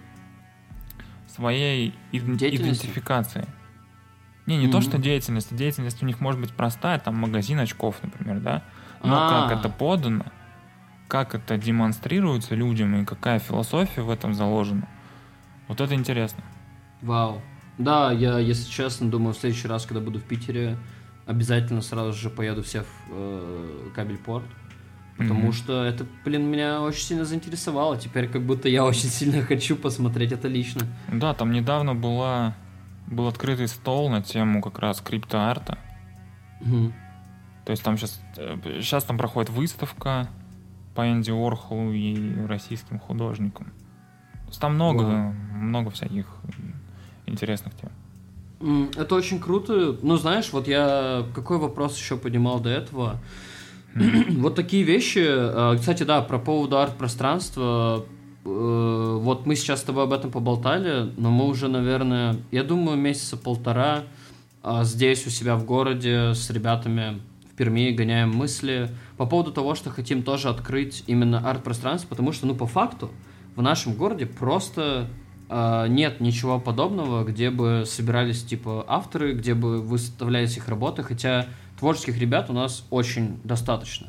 своей Деятельности? идентификации. Не то, что Мгм. деятельность у них может быть простая, там магазин очков, например, да, но как это подано, как это демонстрируется людям и какая философия в этом заложена, вот это интересно. Вау. Да, я, если честно, думаю, в следующий раз, когда буду в Питере, обязательно сразу же поеду все в Кабельпорт. Потому Мгм. что это, блин, меня очень сильно заинтересовало. Теперь как будто я очень сильно хочу посмотреть это лично. Да, там недавно был открытый стол на тему как раз криптоарта. Мгм. То есть там сейчас там проходит выставка по Энди Уорхолу и российским художникам. То есть там много всяких интересных тем. Это очень круто. Ну, знаешь, вот я какой вопрос еще поднимал до этого. Вот такие вещи. Кстати, да, про поводу арт-пространства. Вот мы сейчас с тобой об этом поболтали, но мы уже, наверное, я думаю, месяца полтора здесь у себя в городе с ребятами в Перми гоняем мысли по поводу того, что хотим тоже открыть именно арт-пространство, потому что, ну, по факту, в нашем городе просто нет ничего подобного, где бы собирались, типа, авторы, где бы выставлялись их работы, хотя творческих ребят у нас очень достаточно.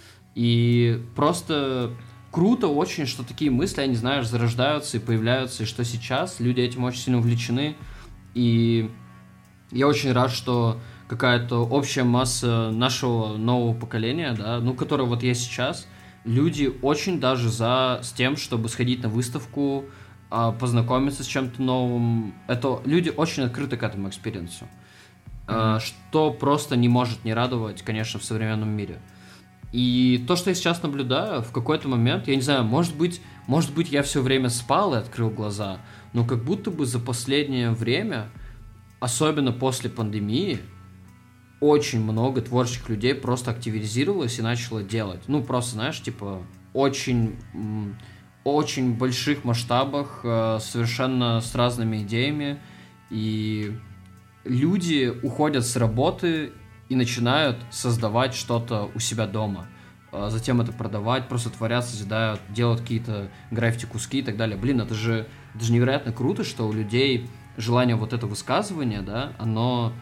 И просто круто очень, что такие мысли, они, знаешь, зарождаются и появляются, и что сейчас люди этим очень сильно увлечены. И я очень рад, что какая-то общая масса нашего нового поколения, да, ну, которое вот есть сейчас, люди очень даже с тем, чтобы сходить на выставку, познакомиться с чем-то новым. Это люди очень открыты к этому экспириенсу. Что просто не может не радовать, конечно, в современном мире. И то, что я сейчас наблюдаю, в какой-то момент, я не знаю, может быть, я все время спал и открыл глаза, но как будто бы за последнее время, особенно после пандемии, очень много творческих людей просто активизировалось и начало делать. Ну, просто, знаешь, типа, очень больших масштабах, совершенно с разными идеями, и люди уходят с работы и начинают создавать что-то у себя дома. Затем это продавать, просто творят, созидают, делают какие-то граффити-куски и так далее. Блин, это же невероятно круто, что у людей желание вот это высказывание, да, оно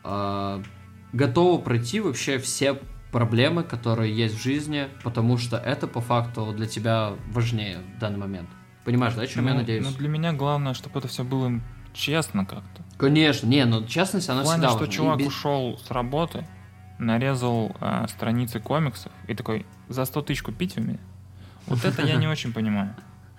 готово пройти вообще все проблемы, которые есть в жизни, потому что это по факту для тебя важнее в данный момент. Понимаешь, да, о чем я надеюсь? Ну, для меня главное, чтобы это все было честно как-то. Конечно, но честность, она В плане, всегда что важна. чувак ушел с работы, нарезал страницы комиксов и такой, за 100 тысяч купите у меня. Вот это я не очень понимаю.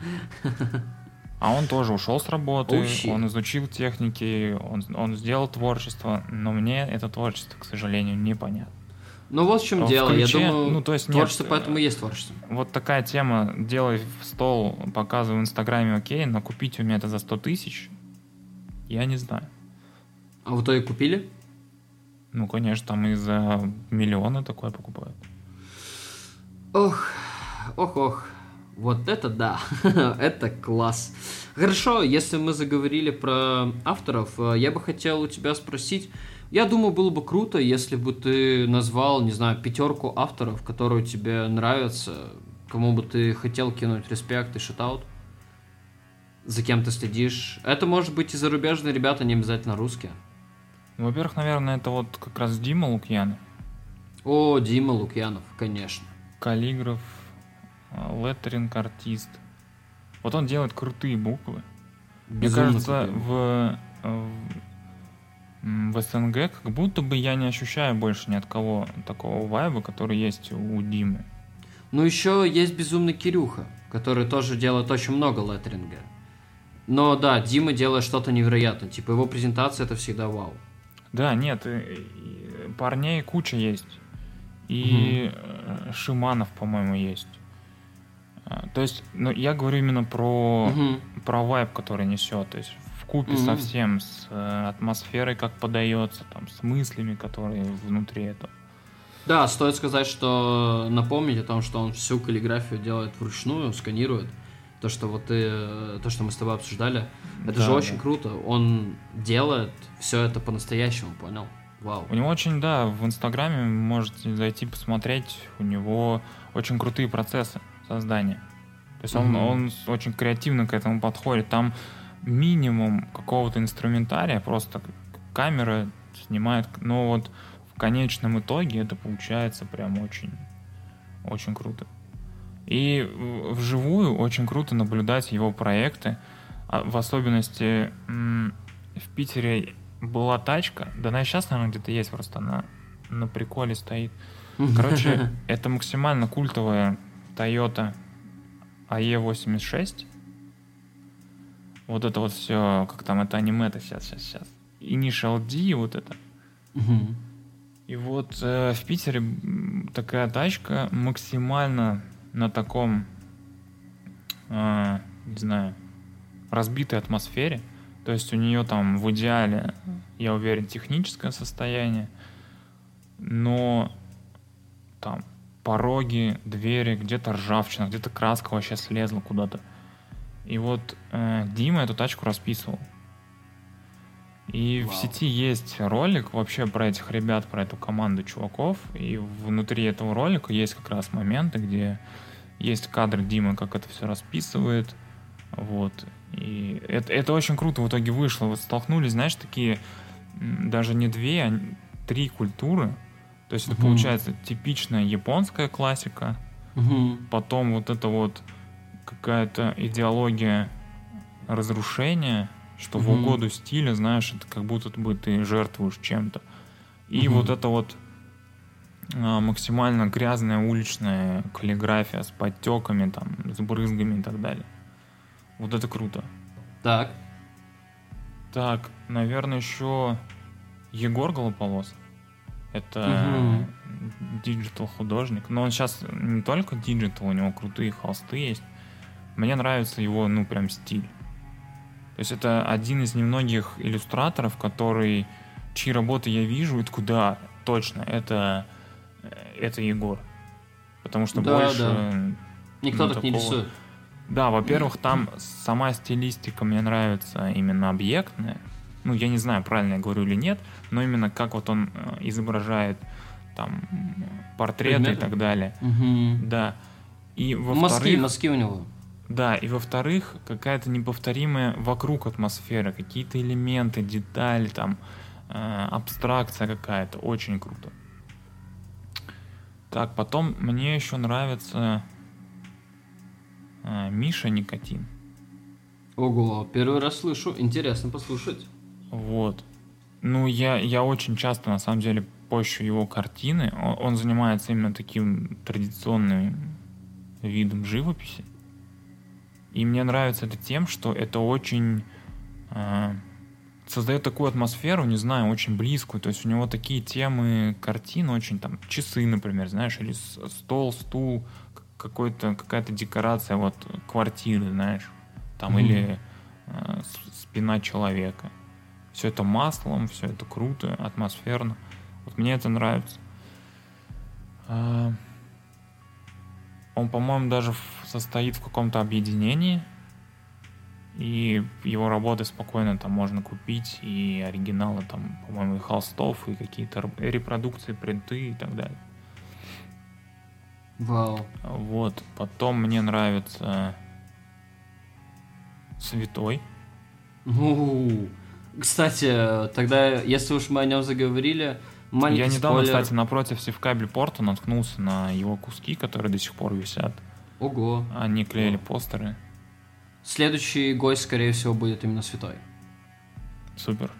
А он тоже ушел с работы, он изучил техники, он сделал творчество, но мне это творчество, к сожалению, непонятно. Ну вот в чем дело, я думаю, ну, то есть творчество нет, поэтому и есть творчество. Вот такая тема, делай в стол, показывай в Инстаграме, окей, но купить у меня это за 100 тысяч, я не знаю. А в итоге купили? Ну, конечно, там и за миллионы такое покупают. Ох, вот это да, это класс. Хорошо, если мы заговорили про авторов, я бы хотел у тебя спросить, я думаю, было бы круто, если бы ты назвал, не знаю, 5 авторов, которые тебе нравятся, кому бы ты хотел кинуть респект и шатаут, за кем ты следишь. Это может быть и зарубежные ребята, не обязательно русские. Во-первых, наверное, это вот как раз Дима Лукьянов. О, Дима Лукьянов, конечно. Каллиграф, леттеринг-артист. Вот он делает крутые буквы. Безумно Мне кажется, крутые. в СНГ как будто бы я не ощущаю больше ни от кого такого вайба, который есть у Димы. Ну, еще есть безумный Кирюха, который тоже делает очень много леттеринга. Но да, Дима делает что-то невероятное. Типа его презентация — это всегда вау. Да, нет, парней куча есть. И Шиманов, по-моему, есть. То есть, ну, я говорю именно про вайб, который несет. То есть вкупе совсем с атмосферой, как подается, там, с мыслями, которые внутри этого. Да, стоит сказать, что напомнить о том, что он всю каллиграфию делает вручную, сканирует. То, что мы с тобой обсуждали, это же очень круто. Он делает все это по-настоящему, понял? Вау. У него очень, да, в Инстаграме можете зайти посмотреть, у него очень крутые процессы создания. То есть он очень креативно к этому подходит. Там минимум какого-то инструментария, просто камера снимает, но вот в конечном итоге это получается прям очень, очень круто. И вживую очень круто наблюдать его проекты. В особенности в Питере была тачка, да она и сейчас, наверное, где-то есть, просто она на приколе стоит. Короче, это максимально культовая Toyota AE86. Вот это вот все, как там это аниме-то сейчас. Initial D, вот это. И вот в Питере такая тачка максимально на таком, не знаю, разбитой атмосфере. То есть у нее там в идеале, я уверен, техническое состояние, но там пороги, двери, где-то ржавчина, где-то краска вообще слезла куда-то. И вот Дима эту тачку расписывал. И в сети есть ролик вообще про этих ребят, про эту команду чуваков. И внутри этого ролика есть как раз моменты, где есть кадр Димы, как это все расписывает. Вот. И это очень круто в итоге вышло. Вот столкнулись, знаешь, такие даже не две, а 3 культуры. То есть это получается типичная японская классика. Потом вот это вот какая-то идеология разрушения, что в угоду стиля, знаешь, это как будто бы ты жертвуешь чем-то. И вот это вот максимально грязная уличная каллиграфия с подтеками, там, с брызгами и так далее. Вот это круто. Так, наверное, еще Егор Голополос. Это диджитал-художник. Но он сейчас не только диджитал, у него крутые холсты есть. Мне нравится его, ну, прям стиль. То есть это один из немногих иллюстраторов, чьи работы я вижу, и такой, да, точно, это Егор. Потому что больше... Никто так не рисует. Да, во-первых, там сама стилистика мне нравится именно объектная. Ну, я не знаю, правильно я говорю или нет, но именно как вот он изображает там портреты предметы и так далее. Да. И во-вторых... Мазки у него. Да, и во-вторых, какая-то неповторимая вокруг атмосфера, какие-то элементы, детали, там, абстракция какая-то, очень круто. Так, потом мне еще нравится Миша Никотин. Ого, первый раз слышу, интересно послушать. Вот. Ну, я очень часто, на самом деле, пощу его картины. Он занимается именно таким традиционным видом живописи. И мне нравится это тем, что это очень создает такую атмосферу, не знаю, очень близкую. То есть у него такие темы картин очень там, часы, например, знаешь, или стол, стул, какая-то декорация вот квартиры, знаешь, там или спина человека. Все это маслом, все это круто, атмосферно. Вот мне это нравится. Он, по-моему, даже состоит в каком-то объединении, и его работы спокойно там можно купить, и оригиналы там, по-моему, и холстов, и какие-то репродукции, принты и так далее. Вау. Вот. Потом мне нравится Святой. Кстати, тогда, если уж мы о нем заговорили, маленький Я недавно, спойлер. кстати, напротив Севкабель порта наткнулся на его куски, которые до сих пор висят. Ого. Они клеили постеры. Следующий гость, скорее всего, будет именно Святой. Супер.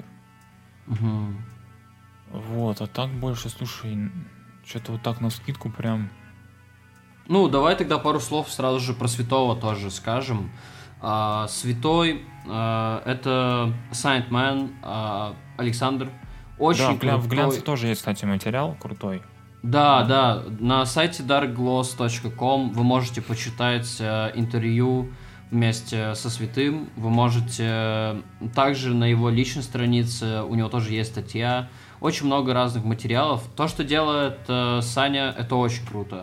Угу. Вот, а так больше, слушай, что-то вот так навскидку прям... Ну, давай тогда пару слов сразу же про Святого тоже скажем. Святой это Sandman Александр. Очень Да, в крутой. глянце тоже есть, кстати, материал крутой. Да, на сайте darkgloss.com вы можете почитать интервью вместе со Святым. Вы можете также на его личной странице, у него тоже есть статья. Очень много разных материалов. То, что делает Саня, это очень круто.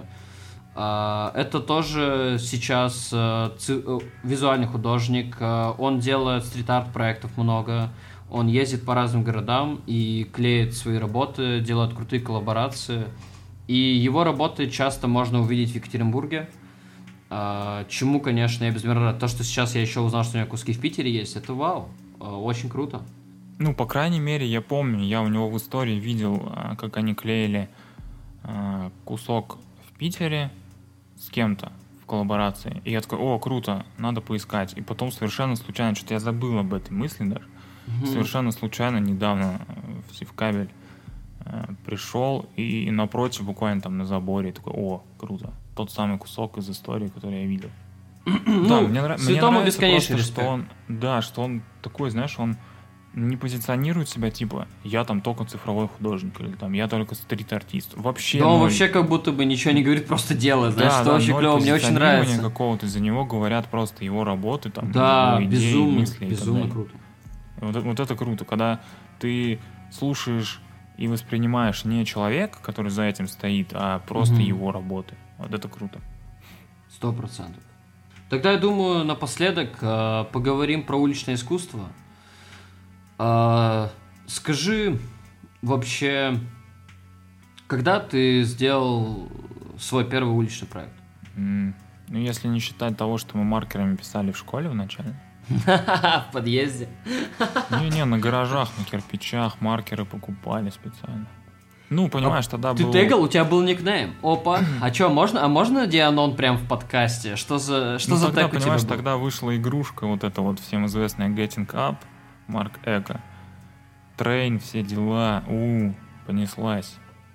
Это тоже сейчас визуальный художник. Он делает стрит-арт проектов много. Он ездит по разным городам и клеит свои работы, делает крутые коллаборации. И его работы часто можно увидеть в Екатеринбурге. Чему, конечно, я безмерно рад. То, что сейчас я еще узнал, что у него куски в Питере есть, это вау. Очень круто. Ну, по крайней мере, я помню, я у него в истории видел, как они клеили кусок в Питере с кем-то в коллаборации. И я такой, о, круто, надо поискать. И потом совершенно случайно, что-то я забыл об этой мысли даже. Совершенно случайно недавно в Севкабель пришел и напротив, буквально там на заборе, такой, о, круто. Тот самый кусок из истории, который я видел. Да, мне нравится просто, что он такой, знаешь, он не позиционирует себя, типа, я там только цифровой художник, или там, я только стрит-артист. Вообще. Да, он вообще как будто бы ничего не говорит, просто делает, знаешь, что очень клево, мне очень нравится. Какого-то, за него говорят просто его работы, там, да, его идеи, безумно, мысли. Безумно круто. Вот это круто, когда ты слушаешь и воспринимаешь не человека, который за этим стоит, а просто его работы. Вот это круто. 100%. Тогда, я думаю, напоследок поговорим про уличное искусство. Скажи, вообще, когда ты сделал свой первый уличный проект? Ну, если не считать того, что мы маркерами писали в школе вначале. В подъезде? Не, на гаражах, на кирпичах маркеры покупали специально. Ну, понимаешь, тогда ты был... Ты тегал, у тебя был никнейм. Опа. А что, можно Дианон прям в подкасте? Что за тег у тебя был? Понимаешь, тогда вышла игрушка, вот эта вот всем известная Getting Up, Марк Эко. Трейн, все дела. Понеслась.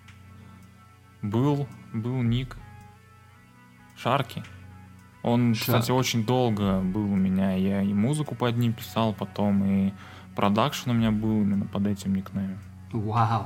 Был ник Шарки. Он, кстати, очень долго был у меня. Я и музыку под ним писал потом, и продакшн у меня был именно под этим никнеймом. Вау.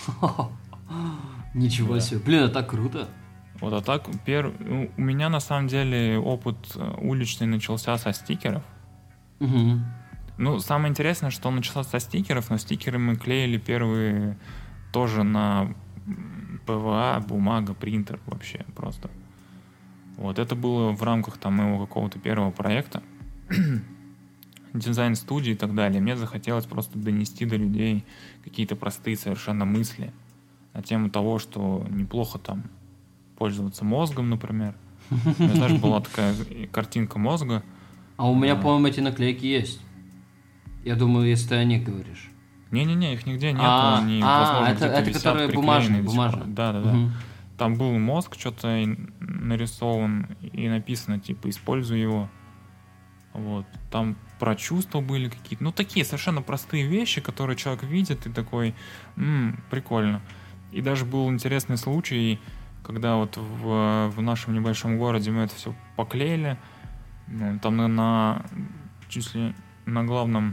Ничего себе. Блин, это так круто. Вот, а так, у меня на самом деле опыт уличный начался со стикеров. Угу. Ну, самое интересное, что он начался со стикеров, но стикеры мы клеили первые тоже на ПВА, бумага, принтер вообще просто. Вот, это было в рамках там моего какого-то первого проекта, дизайн-студии и так далее. Мне захотелось просто донести до людей какие-то простые совершенно мысли на тему того, что неплохо там пользоваться мозгом, например. У меня даже была такая картинка мозга. А у меня, по-моему, эти наклейки есть. Я думаю, если ты о них говоришь. Не-не-не, их нигде нет. Возможно, это которые бумажные. Да. Угу. Там был мозг, что-то нарисован и написано, типа, используй его. Вот. Там про чувства были какие-то. Ну, такие совершенно простые вещи, которые человек видит и такой, прикольно. И даже был интересный случай, когда вот в нашем небольшом городе мы это все поклеили. Там чуть ли на главном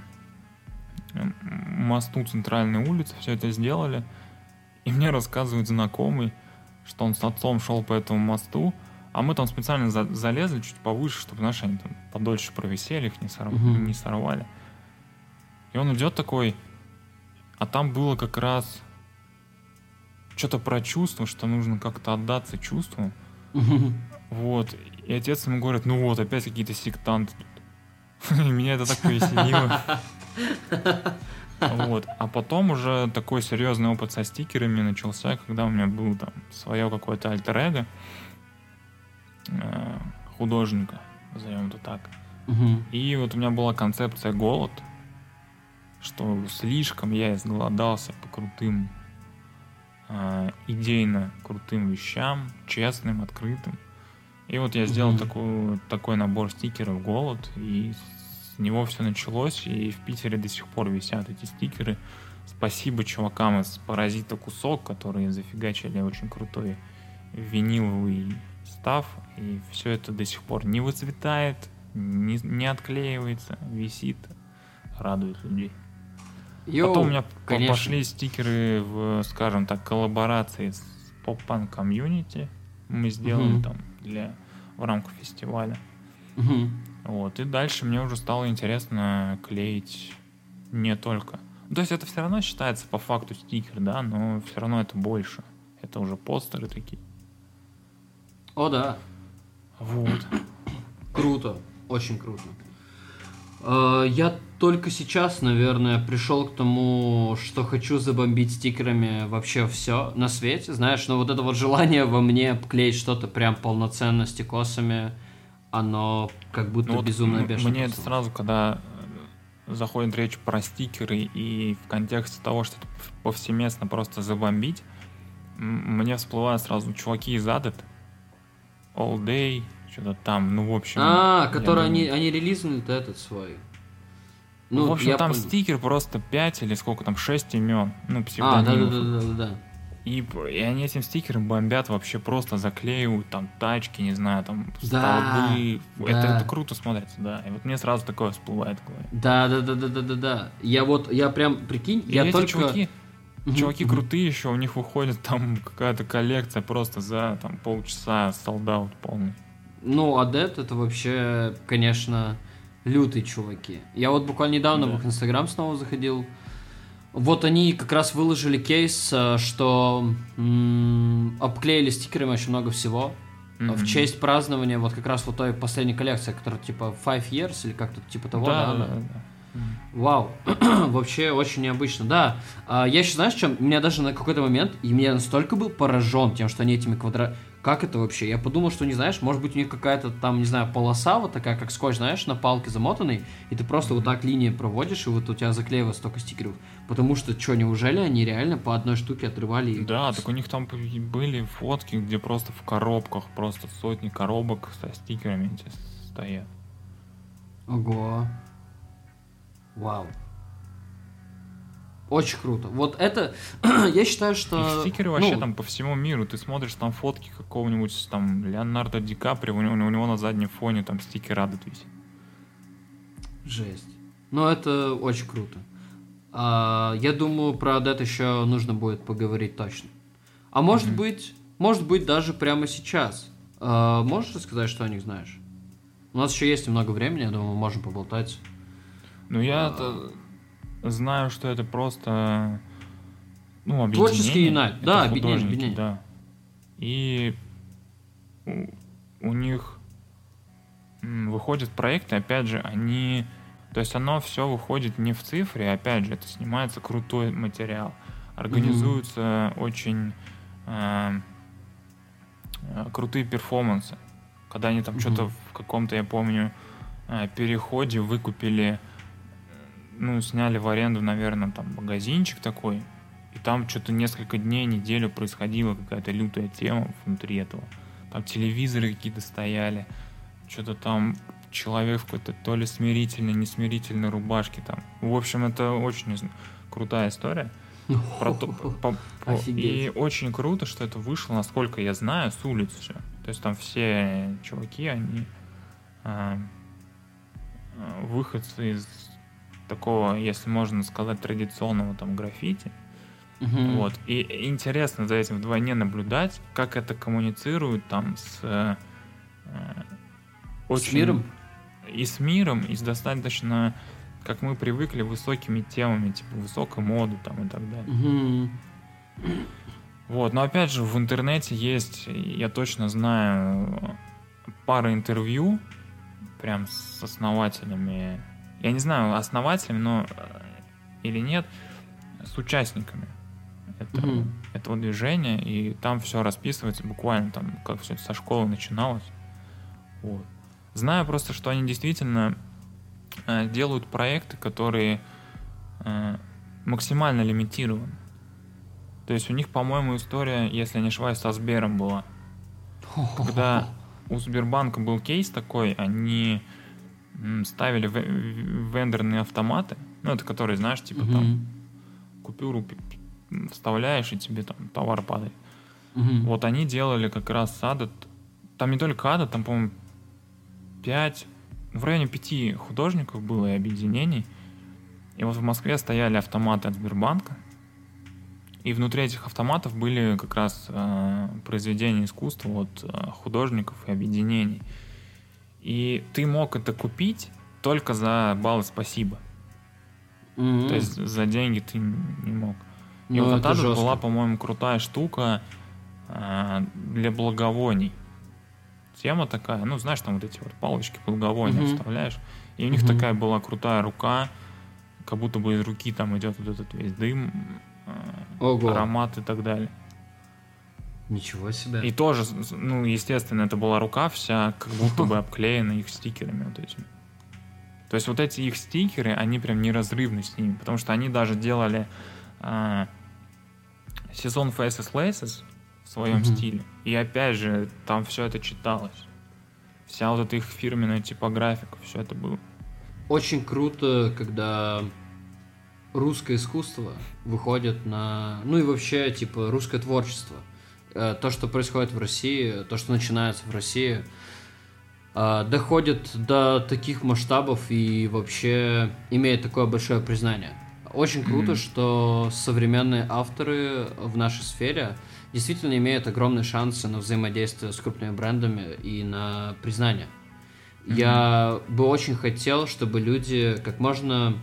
мосту центральной улицы все это сделали. И мне рассказывает знакомый, что он с отцом шел по этому мосту, а мы там специально залезли чуть повыше, чтобы, знаешь, они там подольше провисели, их не сорвали. И он идет такой, а там было как раз что-то про чувства, что нужно как-то отдаться чувствам. Вот. И отец ему говорит, ну вот, опять какие-то сектанты тут. И меня это так повеселило. Вот. А потом уже такой серьезный опыт со стикерами начался, когда у меня был там свое какое-то альтер-эго художника, назовем это так. И вот у меня была концепция голод, что слишком я изголодался по крутым, идейно крутым вещам, честным, открытым. И вот я сделал такой набор стикеров «Голод», и с него все началось, и в Питере до сих пор висят эти стикеры. Спасибо чувакам из «Паразита Кусок», которые зафигачили очень крутой виниловый став, и все это до сих пор не выцветает, не отклеивается, висит, радует людей. Потом у меня пошли стикеры в, скажем так, коллаборации с поп-панк комьюнити. Мы сделали там в рамках фестиваля. Вот. И дальше мне уже стало интересно клеить не только. То есть это все равно считается по факту стикер, да, но все равно это больше. Это уже постеры такие. О, да. Вот. Круто. Очень круто. Я только сейчас, наверное, пришел к тому, что хочу забомбить стикерами вообще все на свете. Знаешь, но вот это вот желание во мне обклеить что-то прям полноценно стикосами, оно как будто безумно бешено. Мне это сразу, когда заходит речь про стикеры и в контексте того, что это повсеместно просто забомбить, мне всплывают сразу чуваки из Added, All Day, что-то там, ну, в общем... который они релизнули этот свой. Ну, в общем, там стикер просто 5 или сколько там, 6 имен, ну, псевдонимов. Да. И они этим стикером бомбят, вообще просто заклеивают там тачки, не знаю, там столбы. Это круто смотрится, да. И вот мне сразу такое всплывает в голове. Да. Я прям, прикинь, и я только... Чуваки крутые еще, у них выходит там какая-то коллекция просто за там полчаса солдаут полный. Ну, Адепт это вообще, конечно, лютые чуваки. Я вот буквально недавно в их Инстаграм снова заходил. Вот они как раз выложили кейс, что обклеили стикерами очень много всего. В честь празднования вот как раз вот той последней коллекции, которая типа 5 years или как-то типа того, да. Вау, вообще очень необычно, да. Я еще, знаешь, чем? Меня даже на какой-то момент, и меня настолько был поражен тем, что они этими Как это вообще? Я подумал, что, не знаешь, может быть у них какая-то там, не знаю, полоса вот такая, как скотч, знаешь, на палке замотанный, и ты просто вот так линии проводишь, и вот у тебя заклеивается столько стикеров. Потому что, что, неужели они реально по одной штуке отрывали их? Да, так у них там были фотки, где просто в коробках, просто сотни коробок со стикерами стоят. Ого. Вау. Очень круто. Вот это, я считаю, что... И стикеры вообще там по всему миру. Ты смотришь там фотки какого-нибудь там Леонардо Ди Каприо, у него на заднем фоне там стикер Added висит. Жесть. Ну, это очень круто. Я думаю, про Added еще нужно будет поговорить точно. А может быть даже прямо сейчас. Можешь рассказать, что о них знаешь? У нас еще есть немного времени, я думаю, мы можем поболтать. Ну, я знаю, что это просто, ну, объединение. Творческий юнайт, да, объединение. Да. И у них выходят проекты, опять же, они... То есть оно все выходит не в цифре, опять же, это снимается крутой материал. Организуются очень крутые перформансы. Когда они там что-то в каком-то, я помню, переходе выкупили... Ну, сняли в аренду, наверное, там магазинчик такой, и там что-то несколько дней, неделю происходила какая-то лютая тема внутри этого. Там телевизоры какие-то стояли, что-то там человек в какой-то то ли смирительной, несмирительной рубашке там. В общем, это очень крутая история. И очень круто, что это вышло, насколько я знаю, с улицы все. То есть там все чуваки, они выходцы из такого, если можно сказать, традиционного там граффити. Вот. И интересно за этим вдвойне наблюдать, как это коммуницирует там с очень... С миром? И с миром, и с достаточно, как мы привыкли, высокими темами, типа высокой моды там и так далее. Вот. Но опять же, в интернете есть, я точно знаю, пара интервью прям с основателями. Я не знаю, основателями, но или нет, с участниками этого движения, и там все расписывается буквально, там, как все это со школы начиналось. Вот. Знаю просто, что они действительно делают проекты, которые максимально лимитированы. То есть у них, по-моему, история, если я не ошибаюсь, со Сбером была. Когда у Сбербанка был кейс такой, они ставили вендорные автоматы, ну, это которые, знаешь, типа там купюру вставляешь, и тебе там товар падает. Вот они делали как раз АДА, там не только АДА, там, по-моему, в районе 5 художников было и объединений. И вот в Москве стояли автоматы от Сбербанка, и внутри этих автоматов были как раз произведения искусства от художников и объединений. И ты мог это купить только за баллы «Спасибо». То есть за деньги ты не мог. И вот это была, по-моему, крутая штука для благовоний. Тема такая, ну, знаешь, там вот эти вот палочки благовония вставляешь. И у них такая была крутая рука, как будто бы из руки там идет вот этот весь дым, аромат и так далее. Ничего себе. И тоже, ну, естественно, это была рука вся, как будто бы обклеена их стикерами вот этими. То есть вот эти их стикеры, они прям неразрывны с ними, потому что они даже делали сезон Faces Laces в своем стиле. И опять же, там все это читалось. Вся вот эта их фирменная типографика, все это было. Очень круто, когда русское искусство выходит на... Ну и вообще, типа, русское творчество. То, что происходит в России, то, что начинается в России, доходит до таких масштабов и вообще имеет такое большое признание. Очень круто, что современные авторы в нашей сфере действительно имеют огромные шансы на взаимодействие с крупными брендами и на признание. Я бы очень хотел, чтобы люди как можно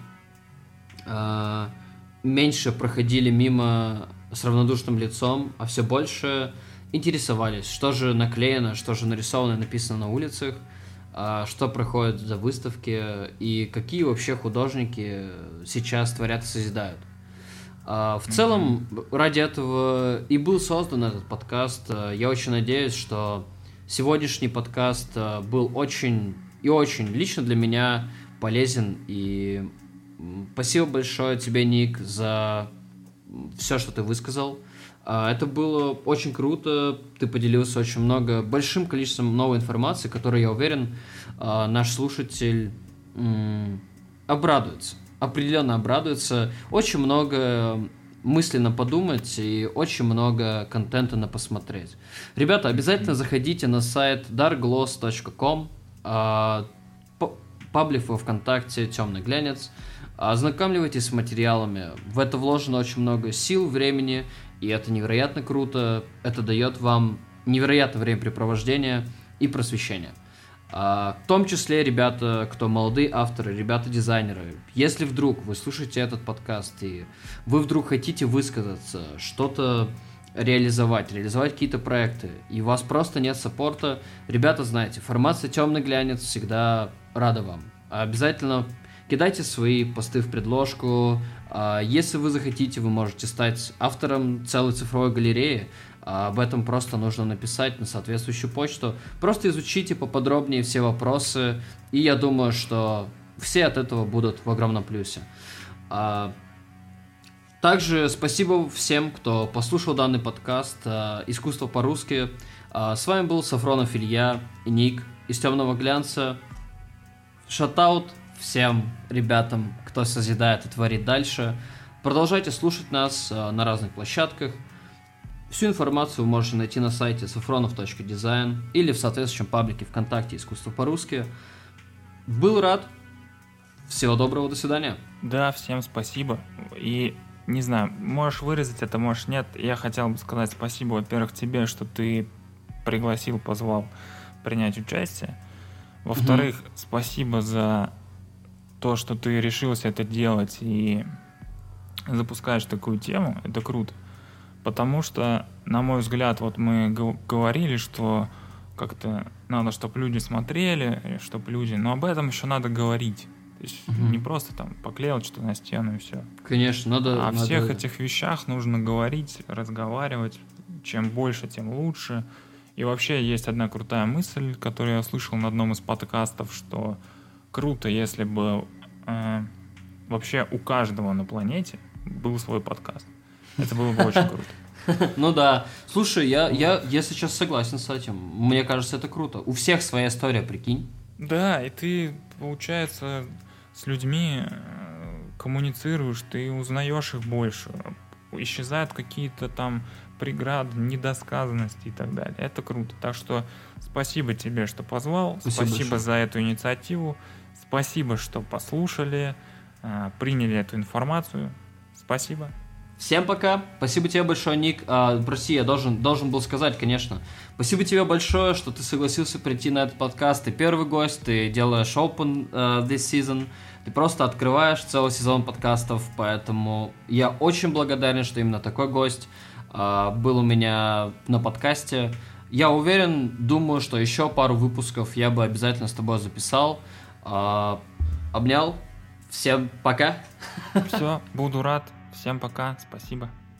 меньше проходили мимо с равнодушным лицом, а все больше интересовались, что же наклеено, что же нарисовано и написано на улицах, что проходит за выставки и какие вообще художники сейчас творят и созидают. В целом, ради этого и был создан этот подкаст. Я очень надеюсь, что сегодняшний подкаст был очень и очень лично для меня полезен. И спасибо большое тебе, Ник, за все, что ты высказал. Это было очень круто. Ты поделился очень большим количеством новой информации, которой, я уверен, наш слушатель обрадуется. Определенно обрадуется. Очень много мысленно подумать и очень много контента на посмотреть. Ребята, обязательно заходите на сайт darkgloss.com, паблик во ВКонтакте «Темный глянец». Ознакомливайтесь с материалами. В это вложено очень много сил, времени, и это невероятно круто. Это дает вам невероятное времяпрепровождение и просвещение. В том числе, ребята, кто молодые авторы, ребята-дизайнеры, если вдруг вы слушаете этот подкаст, и вы вдруг хотите высказаться, что-то реализовать какие-то проекты, и у вас просто нет саппорта, ребята, знаете, формация «Темный глянец» всегда рада вам. Обязательно кидайте свои посты в предложку. Если вы захотите, вы можете стать автором целой цифровой галереи. Об этом просто нужно написать на соответствующую почту. Просто изучите поподробнее все вопросы, и я думаю, что все от этого будут в огромном плюсе. Также спасибо всем, кто послушал данный подкаст «Искусство по-русски». С вами был Сафронов Илья и Ник из «Темного глянца». Шатаут всем ребятам, кто созидает и творит дальше. Продолжайте слушать нас на разных площадках. Всю информацию вы можете найти на сайте safronov.design или в соответствующем паблике ВКонтакте «Искусство по-русски». Был рад. Всего доброго, до свидания. Да, всем спасибо. И, не знаю, можешь выразить это, можешь нет. Я хотел бы сказать спасибо, во-первых, тебе, что ты пригласил, позвал принять участие. Во-вторых, спасибо за то, что ты решился это делать и запускаешь такую тему. Это круто. Потому что, на мой взгляд, вот мы говорили, что как-то надо, чтобы люди смотрели, чтобы люди... Но об этом еще надо говорить. То есть не просто там поклеил что-то на стену и все. Конечно, надо... О всех этих вещах нужно говорить, разговаривать. Чем больше, тем лучше. И вообще есть одна крутая мысль, которую я слышал на одном из подкастов, что круто, если бы вообще у каждого на планете был свой подкаст. Это было бы очень круто. Ну да. Слушай, я сейчас согласен с этим. Мне кажется, это круто. У всех своя история, прикинь. Да, и ты, получается, с людьми коммуницируешь, ты узнаешь их больше, исчезают какие-то там преграды, недосказанности и так далее. Это круто. Так что спасибо тебе, что позвал, спасибо за эту инициативу, спасибо, что послушали, приняли эту информацию. Спасибо. Всем пока. Спасибо тебе большое, Ник. Прости, я должен был сказать, конечно. Спасибо тебе большое, что ты согласился прийти на этот подкаст. Ты первый гость, ты делаешь open this season. Ты просто открываешь целый сезон подкастов, поэтому я очень благодарен, что именно такой гость был у меня на подкасте. Я уверен, думаю, что еще пару выпусков я бы обязательно с тобой записал. Обнял. Всем пока. Все, буду рад. Всем пока, спасибо.